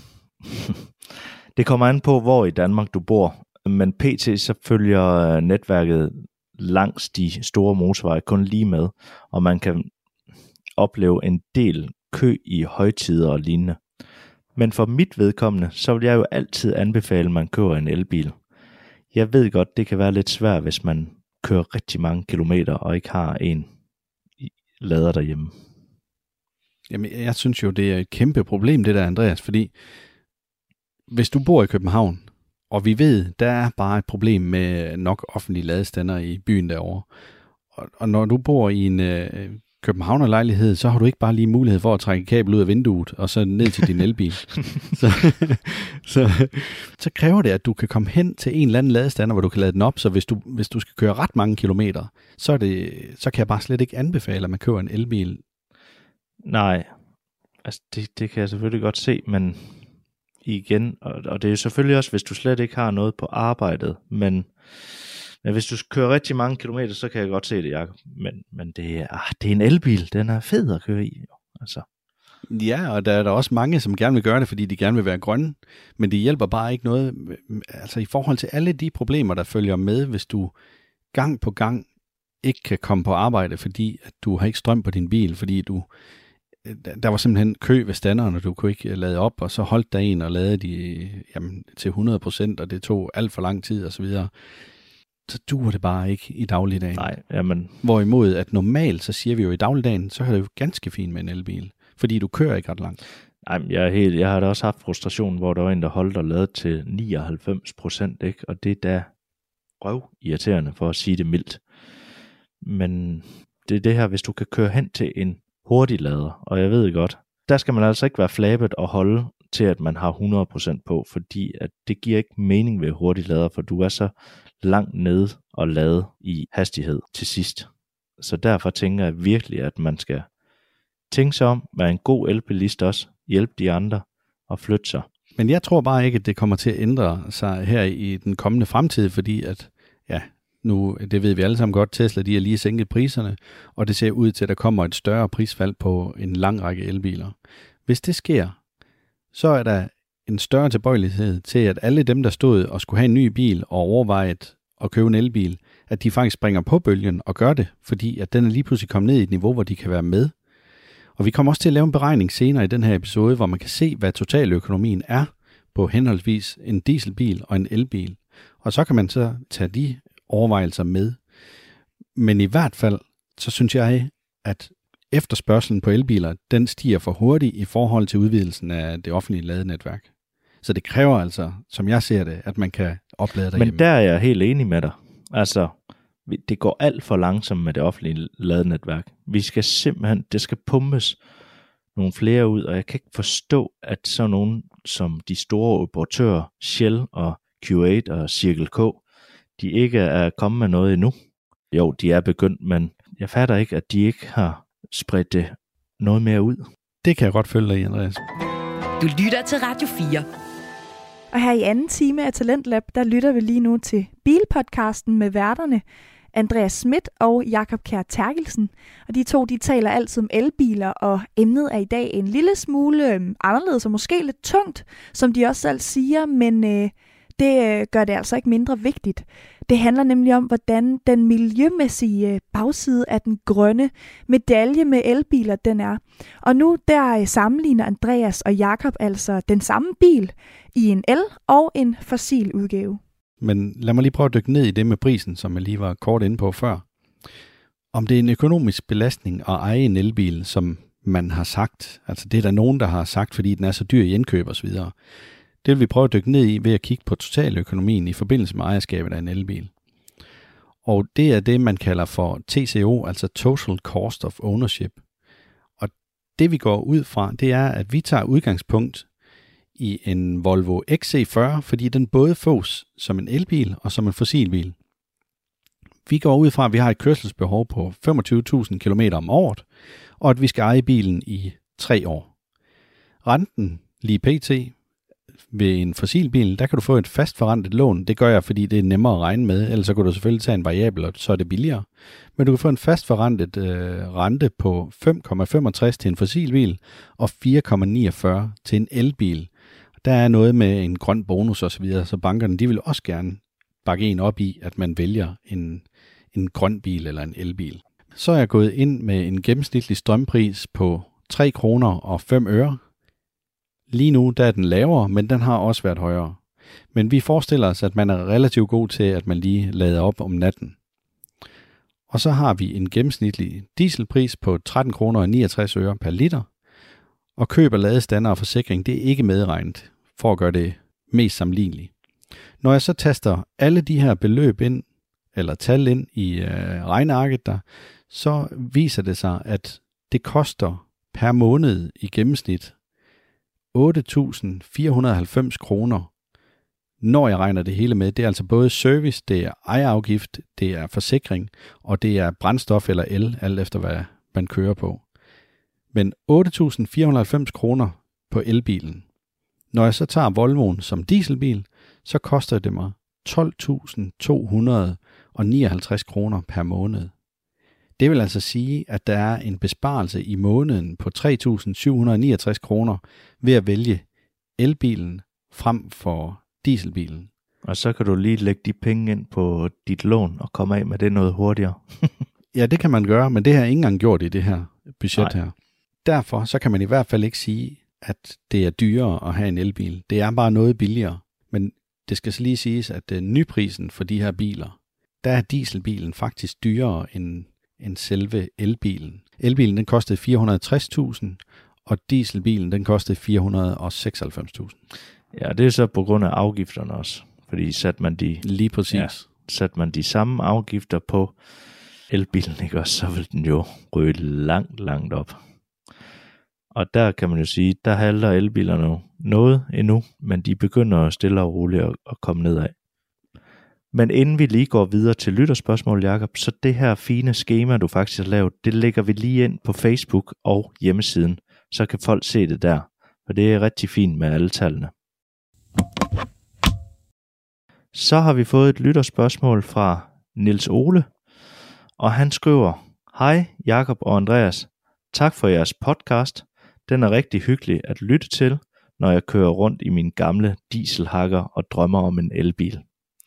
det kommer an på, hvor i Danmark du bor. Men pt. Så følger netværket langs de store motorveje kun lige med, og man kan opleve en del kø i højtider og lignende. Men for mit vedkommende, så vil jeg jo altid anbefale, at man køber en elbil. Jeg ved godt, det kan være lidt svært, hvis man kører rigtig mange kilometer og ikke har en lader derhjemme. Jamen, jeg synes jo, det er et kæmpe problem, det der, Andreas, fordi hvis du bor i København, og vi ved, der er bare et problem med nok offentlige ladestander i byen derovre, og, og når du bor i en øh, københavnerlejlighed, så har du ikke bare lige mulighed for at trække kabel ud af vinduet, og så ned til din elbil. så, så, så kræver det, at du kan komme hen til en eller anden ladestander, hvor du kan lade den op, så hvis du, hvis du skal køre ret mange kilometer, så, er det, så kan jeg bare slet ikke anbefale, at man køber en elbil. Nej, altså det, det kan jeg selvfølgelig godt se, men igen, og, og det er jo selvfølgelig også, hvis du slet ikke har noget på arbejdet, men, men hvis du kører rigtig mange kilometer, så kan jeg godt se det, Jacob. Men, men det, er, ah, det er en elbil, den er fed at køre i. Altså. Ja, og der er der også mange, som gerne vil gøre det, fordi de gerne vil være grønne, men det hjælper bare ikke noget, altså i forhold til alle de problemer, der følger med, hvis du gang på gang ikke kan komme på arbejde, fordi at du har ikke strøm på din bil, fordi du der var simpelthen kø ved standeren, og du kunne ikke lade op, og så holdt der en og lavede de jamen, til hundrede procent, og det tog alt for lang tid og så videre. Så duer det bare ikke i dagligdagen. Nej, jamen. Hvorimod at normalt, så siger vi jo i dagligdagen, så er det jo ganske fint med en elbil, fordi du kører ikke ret langt. Nej, jeg, er helt, jeg har da også haft frustration, hvor der var en, der holdt og lavede til nioghalvfems procent, ikke? Og det er da røv irriterende, for at sige det mildt. Men det er det her, hvis du kan køre hen til en hurtig lader, og jeg ved godt, der skal man altså ikke være flabet og holde til, at man har hundrede procent på, fordi at det giver ikke mening ved hurtig lader, for du er så langt nede og lade i hastighed til sidst. Så derfor tænker jeg virkelig, at man skal tænke sig om, være en god elbilist også, hjælpe de andre og flytte sig. Men jeg tror bare ikke, at det kommer til at ændre sig her i den kommende fremtid, fordi at, ja, nu, det ved vi alle sammen godt, Tesla, de har lige sænket priserne, og det ser ud til, at der kommer et større prisfald på en lang række elbiler. Hvis det sker, så er der en større tilbøjelighed til, at alle dem, der stod og skulle have en ny bil og overvejet at købe en elbil, at de faktisk springer på bølgen og gør det, fordi at den er lige pludselig kommet ned i et niveau, hvor de kan være med. Og vi kommer også til at lave en beregning senere i den her episode, hvor man kan se, hvad totaløkonomien er på henholdsvis en dieselbil og en elbil. Og så kan man så tage de overvejelser med. Men i hvert fald, så synes jeg, at efterspørgselen på elbiler, den stiger for hurtigt i forhold til udvidelsen af det offentlige ladenetværk. Så det kræver altså, som jeg ser det, at man kan oplade derhjemme. Men der er jeg helt enig med dig. Altså, det går alt for langsomt med det offentlige ladenetværk. Vi skal simpelthen, det skal pumpes nogle flere ud, og jeg kan ikke forstå, at så nogen som de store operatører, Shell og Q otte og Circle K, de ikke er kommet med noget endnu. Jo, de er begyndt, men jeg fatter ikke, at de ikke har spredt det noget mere ud. Det kan jeg godt følge dig i, Andreas. Du lytter til Radio fire. Og her i anden time af Talentlab, der lytter vi lige nu til Bilpodcasten med værterne Andreas Schmidt og Jakob Kjær Terkelsen. Og de to, de taler altid om elbiler, og emnet er i dag en lille smule øh, anderledes og måske lidt tungt, som de også selv siger, men øh, det øh, gør det altså ikke mindre vigtigt. Det handler nemlig om, hvordan den miljømæssige bagside af den grønne medalje med elbiler, den er. Og nu der sammenligner Andreas og Jakob altså den samme bil i en el- og en fossil udgave. Men lad mig lige prøve at dykke ned i det med prisen, som jeg lige var kort inde på før. Om det er en økonomisk belastning at eje en elbil, som man har sagt, altså det er der nogen, der har sagt, fordi den er så dyr i indkøb osv., det vil vi prøve at dykke ned i ved at kigge på totaløkonomien i forbindelse med ejerskabet af en elbil. Og det er det, man kalder for T C O, altså Total Cost of Ownership. Og det vi går ud fra, det er, at vi tager udgangspunkt i en Volvo X C fyrre, fordi den både fås som en elbil og som en fossilbil. Vi går ud fra, at vi har et kørselsbehov på femogtyve tusind kilometer om året, og at vi skal eje bilen i tre år. Renten lige pt. Ved en fossilbil, der kan du få et fast forrentet lån. Det gør jeg, fordi det er nemmere at regne med, ellers så kan du selvfølgelig tage en variabel, og så er det billigere. Men du kan få en fast forrentet øh, rente på fem komma femogtres til en fossilbil og fire komma niogfyrre til en elbil. Der er noget med en grøn bonus osv., så bankerne de vil også gerne bakke en op i, at man vælger en, en grøn bil eller en elbil. Så er jeg gået ind med en gennemsnitlig strømpris på tre kroner og fem øre. Lige nu der er den lavere, men den har også været højere. Men vi forestiller os, at man er relativt god til, at man lige lader op om natten. Og så har vi en gennemsnitlig dieselpris på tretten kroner og niogtres øre per liter. Og køb af ladestander og forsikring, det er ikke medregnet, for at gøre det mest sammenligneligt. Når jeg så taster alle de her beløb ind, eller tal ind i øh, regnearket der, så viser det sig, at det koster per måned i gennemsnit otte tusind fire hundrede og halvfems kroner, når jeg regner det hele med. Det er altså både service, det er ejerafgift, det er forsikring, og det er brændstof eller el, alt efter hvad man kører på. Men otte tusind fire hundrede og halvfems kroner på elbilen. Når jeg så tager Volvoen som dieselbil, så koster det mig tolv tusind to hundrede og nioghalvtreds kroner per måned. Det vil altså sige, at der er en besparelse i måneden på tre tusind syv hundrede og niogtres kroner ved at vælge elbilen frem for dieselbilen. Og så kan du lige lægge de penge ind på dit lån og komme af med det noget hurtigere. Ja, det kan man gøre, men det har jeg ikke engang gjort i det her budget Nej. her. Derfor så kan man i hvert fald ikke sige, at det er dyrere at have en elbil. Det er bare noget billigere. Men det skal så lige siges, at uh, nyprisen for de her biler, der er dieselbilen faktisk dyrere end, end selve elbilen. Elbilen den kostede fire hundrede og tres tusind, og dieselbilen den kostede fire hundrede og seksoghalvfems tusind. Ja, det er så på grund af afgifterne også. Fordi satte man de, lige præcis. Ja, satte man de samme afgifter på elbilen, ikke også, så vil den jo ryge langt, langt op. Og der kan man jo sige, der halter elbilerne jo noget endnu, men de begynder stille og roligt at, at komme nedad. Men inden vi lige går videre til lytterspørgsmål, Jakob, så det her fine skema, du faktisk har lavet, det lægger vi lige ind på Facebook og hjemmesiden, så kan folk se det der. Og det er rigtig fint med alle tallene. Så har vi fået et lytterspørgsmål fra Niels Ole, og han skriver: Hej Jakob og Andreas, tak for jeres podcast. Den er rigtig hyggelig at lytte til, når jeg kører rundt i min gamle dieselhakker og drømmer om en elbil.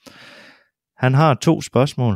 Han har to spørgsmål.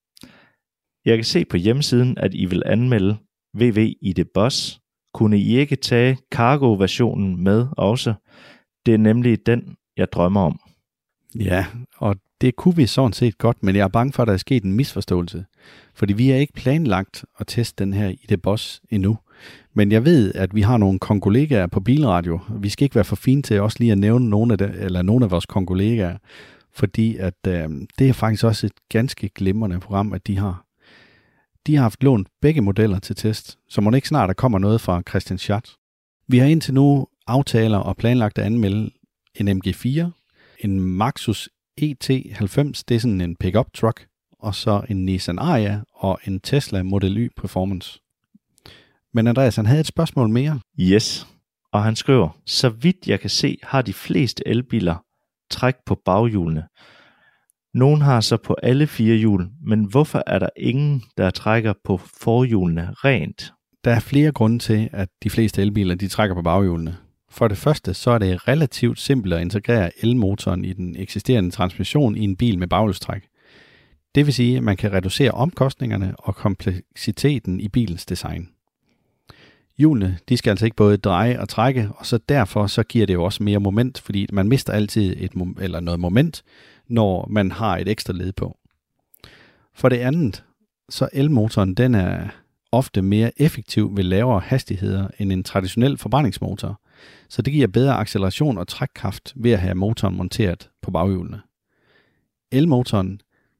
Jeg kan se på hjemmesiden, at I vil anmelde V W I D Bus. Kunne I ikke tage cargo-versionen med også? Det er nemlig den, jeg drømmer om. Ja, og det kunne vi sådan set godt, men jeg er bange for, at der er sket en misforståelse. Fordi vi har ikke planlagt at teste den her I D Bus endnu. Men jeg ved, at vi har nogle konkollegaer på Bilradio. Vi skal ikke være for fine til også lige at nævne nogle af, de, eller nogle af vores konkollegaer, fordi at, øh, det er faktisk også et ganske glimrende program, at de har. De har haft lånt begge modeller til test, så må det ikke snart der kommer noget fra Christian Schatz. Vi har indtil nu aftaler og planlagt at anmelde en M G fire, en Maxus E T halvfems, det er sådan en pickup truck, og så en Nissan Ariya og en Tesla Model Y Performance. Men Andreas, han havde et spørgsmål mere. Yes, og han skriver: Så vidt jeg kan se, har de fleste elbiler træk på baghjulene. Nogle har så på alle fire hjul, men hvorfor er der ingen, der trækker på forhjulene rent? Der er flere grunde til, at de fleste elbiler de trækker på baghjulene. For det første, så er det relativt simpelt at integrere elmotoren i den eksisterende transmission i en bil med baghjulstræk. Det vil sige, at man kan reducere omkostningerne og kompleksiteten i bilens design. Hjulene, de skal altså ikke både dreje og trække, og så derfor så giver det jo også mere moment, fordi man mister altid et eller noget moment, når man har et ekstra led på. For det andet, så elmotoren den er ofte mere effektiv ved lavere hastigheder end en traditionel forbrændingsmotor, så det giver bedre acceleration og trækkraft ved at have motoren monteret på baghjulene. Elmotoren,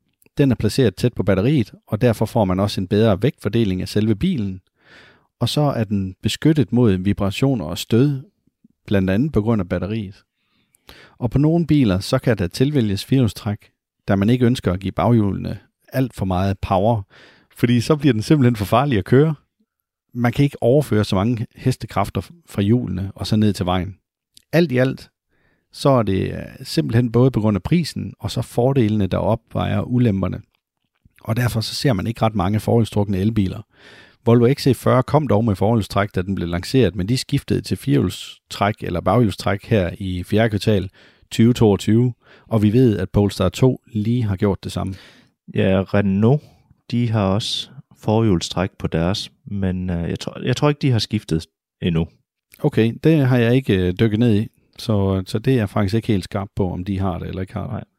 Den er placeret tæt på batteriet, og derfor får man også en bedre vægtfordeling af selve bilen. Og så er den beskyttet mod vibrationer og stød, blandt andet på grund af batteriet. Og på nogle biler, så kan der tilvælges firehjulstræk, da man ikke ønsker at give baghjulene alt for meget power, fordi så bliver den simpelthen for farlig at køre. Man kan ikke overføre så mange hestekræfter fra hjulene og så ned til vejen. Alt i alt, så er det simpelthen både på grund af prisen, og så fordelene, der opvejer ulemperne. Og derfor så ser man ikke ret mange forhjulstrukne elbiler. Volvo X C fyrre kom dog med forhjulstræk, da den blev lanceret, men de skiftede til firehjulstræk eller baghjulstræk her i fjerde kvartal tyve toogtyve, og vi ved, at Polestar to lige har gjort det samme. Ja, Renault, de har også forhjulstræk på deres, men øh, jeg, tror, jeg tror ikke, de har skiftet endnu. Okay, det har jeg ikke øh, dykket ned i, så, så det er jeg faktisk ikke helt skarp på, om de har det eller ikke har det. Nej.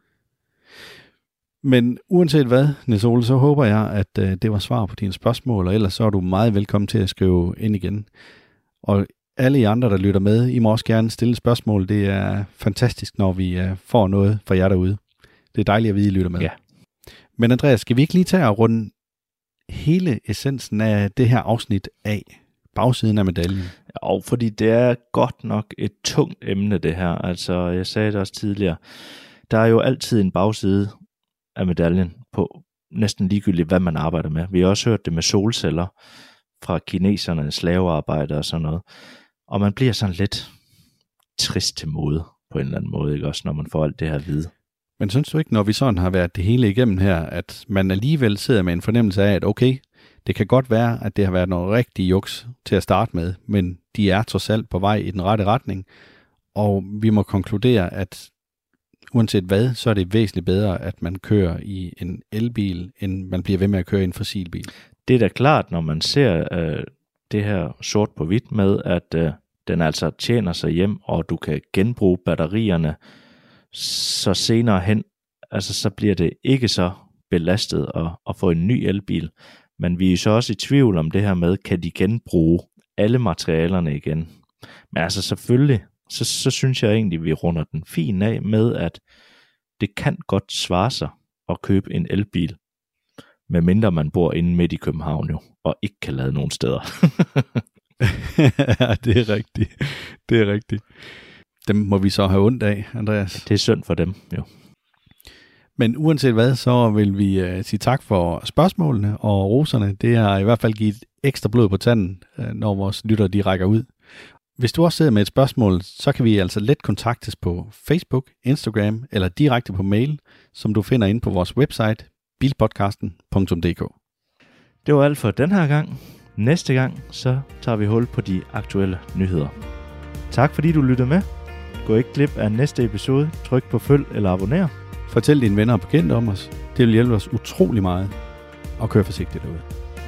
Men uanset hvad, Niels Ole, så håber jeg, at øh, det var svar på dine spørgsmål, og ellers så er du meget velkommen til at skrive ind igen. Og alle I andre, der lytter med, I må også gerne stille spørgsmål. Det er fantastisk, når vi øh, får noget fra jer derude. Det er dejligt, at vi I lytter med. Ja. Men Andreas, skal vi ikke lige tage og runde hele essensen af det her afsnit af bagsiden af medaljen? Jo, fordi det er godt nok et tungt emne, det her. Altså, jeg sagde det også tidligere. Der er jo altid en bagside af medaljen på næsten ligegyldigt, hvad man arbejder med. Vi har også hørt det med solceller fra kineserne, slavearbejder og sådan noget. Og man bliver sådan lidt trist til mode på en eller anden måde, ikke også, når man får alt det her at vide. Men synes du ikke, når vi sådan har været det hele igennem her, at man alligevel sidder med en fornemmelse af, at okay, det kan godt være, at det har været noget rigtig juks til at starte med, men de er trods alt på vej i den rette retning, og vi må konkludere, at uanset hvad, så er det væsentligt bedre, at man kører i en elbil, end man bliver ved med at køre i en fossilbil. Det er da klart, når man ser øh, det her sort på hvidt med, at øh, den altså tjener sig hjem, og du kan genbruge batterierne, så senere hen, altså så bliver det ikke så belastet at, at få en ny elbil. Men vi er så også i tvivl om det her med, kan de genbruge alle materialerne igen? Men altså selvfølgelig, så, så synes jeg egentlig, vi runder den fint af med, at det kan godt svare sig at købe en elbil, medmindre man bor inde midt i København jo, og ikke kan lade nogen steder. Ja, det er rigtigt. Det er rigtigt. Dem må vi så have ondt af, Andreas. Det er synd for dem, jo. Men uanset hvad, så vil vi uh, sige tak for spørgsmålene og roserne. Det har i hvert fald givet ekstra blod på tanden, uh, når vores lyttere de rækker ud. Hvis du også sidder med et spørgsmål, så kan vi altså let kontaktes på Facebook, Instagram eller direkte på mail, som du finder inde på vores website bilpodcasten punktum d k. Det var alt for den her gang. Næste gang, så tager vi hul på de aktuelle nyheder. Tak fordi du lyttede med. Gå ikke glip af næste episode. Tryk på følg eller abonner. Fortæl dine venner og bekendte om os. Det vil hjælpe os utrolig meget. Og kør forsigtigt derude.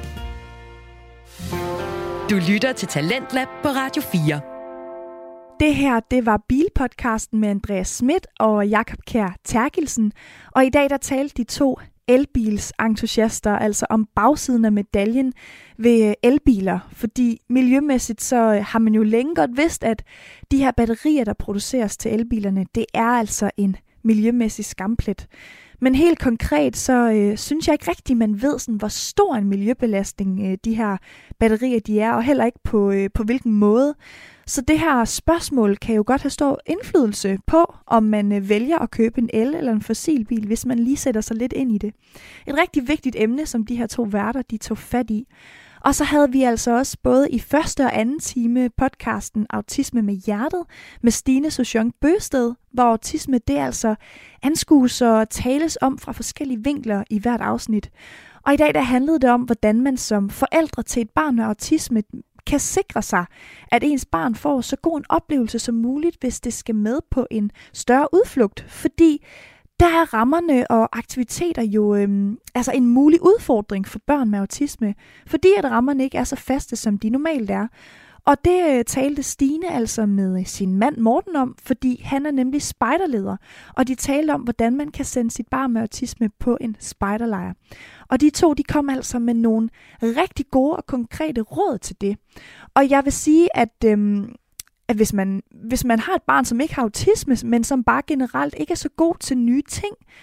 Du lytter til Talentlab på Radio fire. Det her, det var Bilpodcasten med Andreas Schmidt og Jakob Kjær Terkelsen. Og i dag, der talte de to elbilsentusiaster, altså om bagsiden af medaljen ved elbiler. Fordi miljømæssigt, så har man jo længe godt vidst, at de her batterier, der produceres til elbilerne, det er altså en miljømæssig skamplet. Men helt konkret, så øh, synes jeg ikke rigtigt, man ved, sådan, hvor stor en miljøbelastning øh, de her batterier de er, og heller ikke på, øh, på hvilken måde. Så det her spørgsmål kan jo godt have stor indflydelse på, om man øh, vælger at købe en el- eller en fossilbil, hvis man lige sætter sig lidt ind i det. Et rigtig vigtigt emne, som de her to værter de tog fat i. Og så havde vi altså også både i første og anden time podcasten Autisme med hjertet med Stine Souchon Bøsted, hvor autisme det altså anskues og tales om fra forskellige vinkler i hvert afsnit. Og i dag der handlede det om, hvordan man som forældre til et barn med autisme kan sikre sig, at ens barn får så god en oplevelse som muligt, hvis det skal med på en større udflugt. Fordi der er rammerne og aktiviteter jo øhm, altså en mulig udfordring for børn med autisme, fordi at rammerne ikke er så faste, som de normalt er. Og det øh, talte Stine altså med sin mand Morten om, fordi han er nemlig spejderleder, og de talte om, hvordan man kan sende sit barn med autisme på en spejderlejr. Og de to, de kom altså med nogle rigtig gode og konkrete råd til det. Og jeg vil sige, at... Øhm, at hvis man, hvis man har et barn, som ikke har autisme, men som bare generelt ikke er så god til nye ting,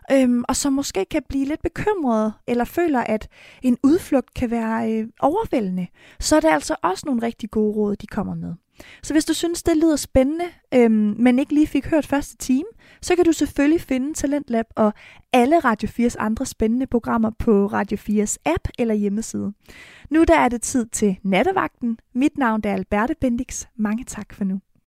øhm, og som måske kan blive lidt bekymrede, eller føler, at en udflugt kan være øh, overvældende, så er det altså også nogle rigtig gode råd, de kommer med. Så hvis du synes, det lyder spændende, øhm, men ikke lige fik hørt første time, så kan du selvfølgelig finde Talentlab og alle Radio fires andre spændende programmer på Radio fires app eller hjemmeside. Nu der er det tid til Nattevagten. Mit navn er Alberte Bendix. Mange tak for nu.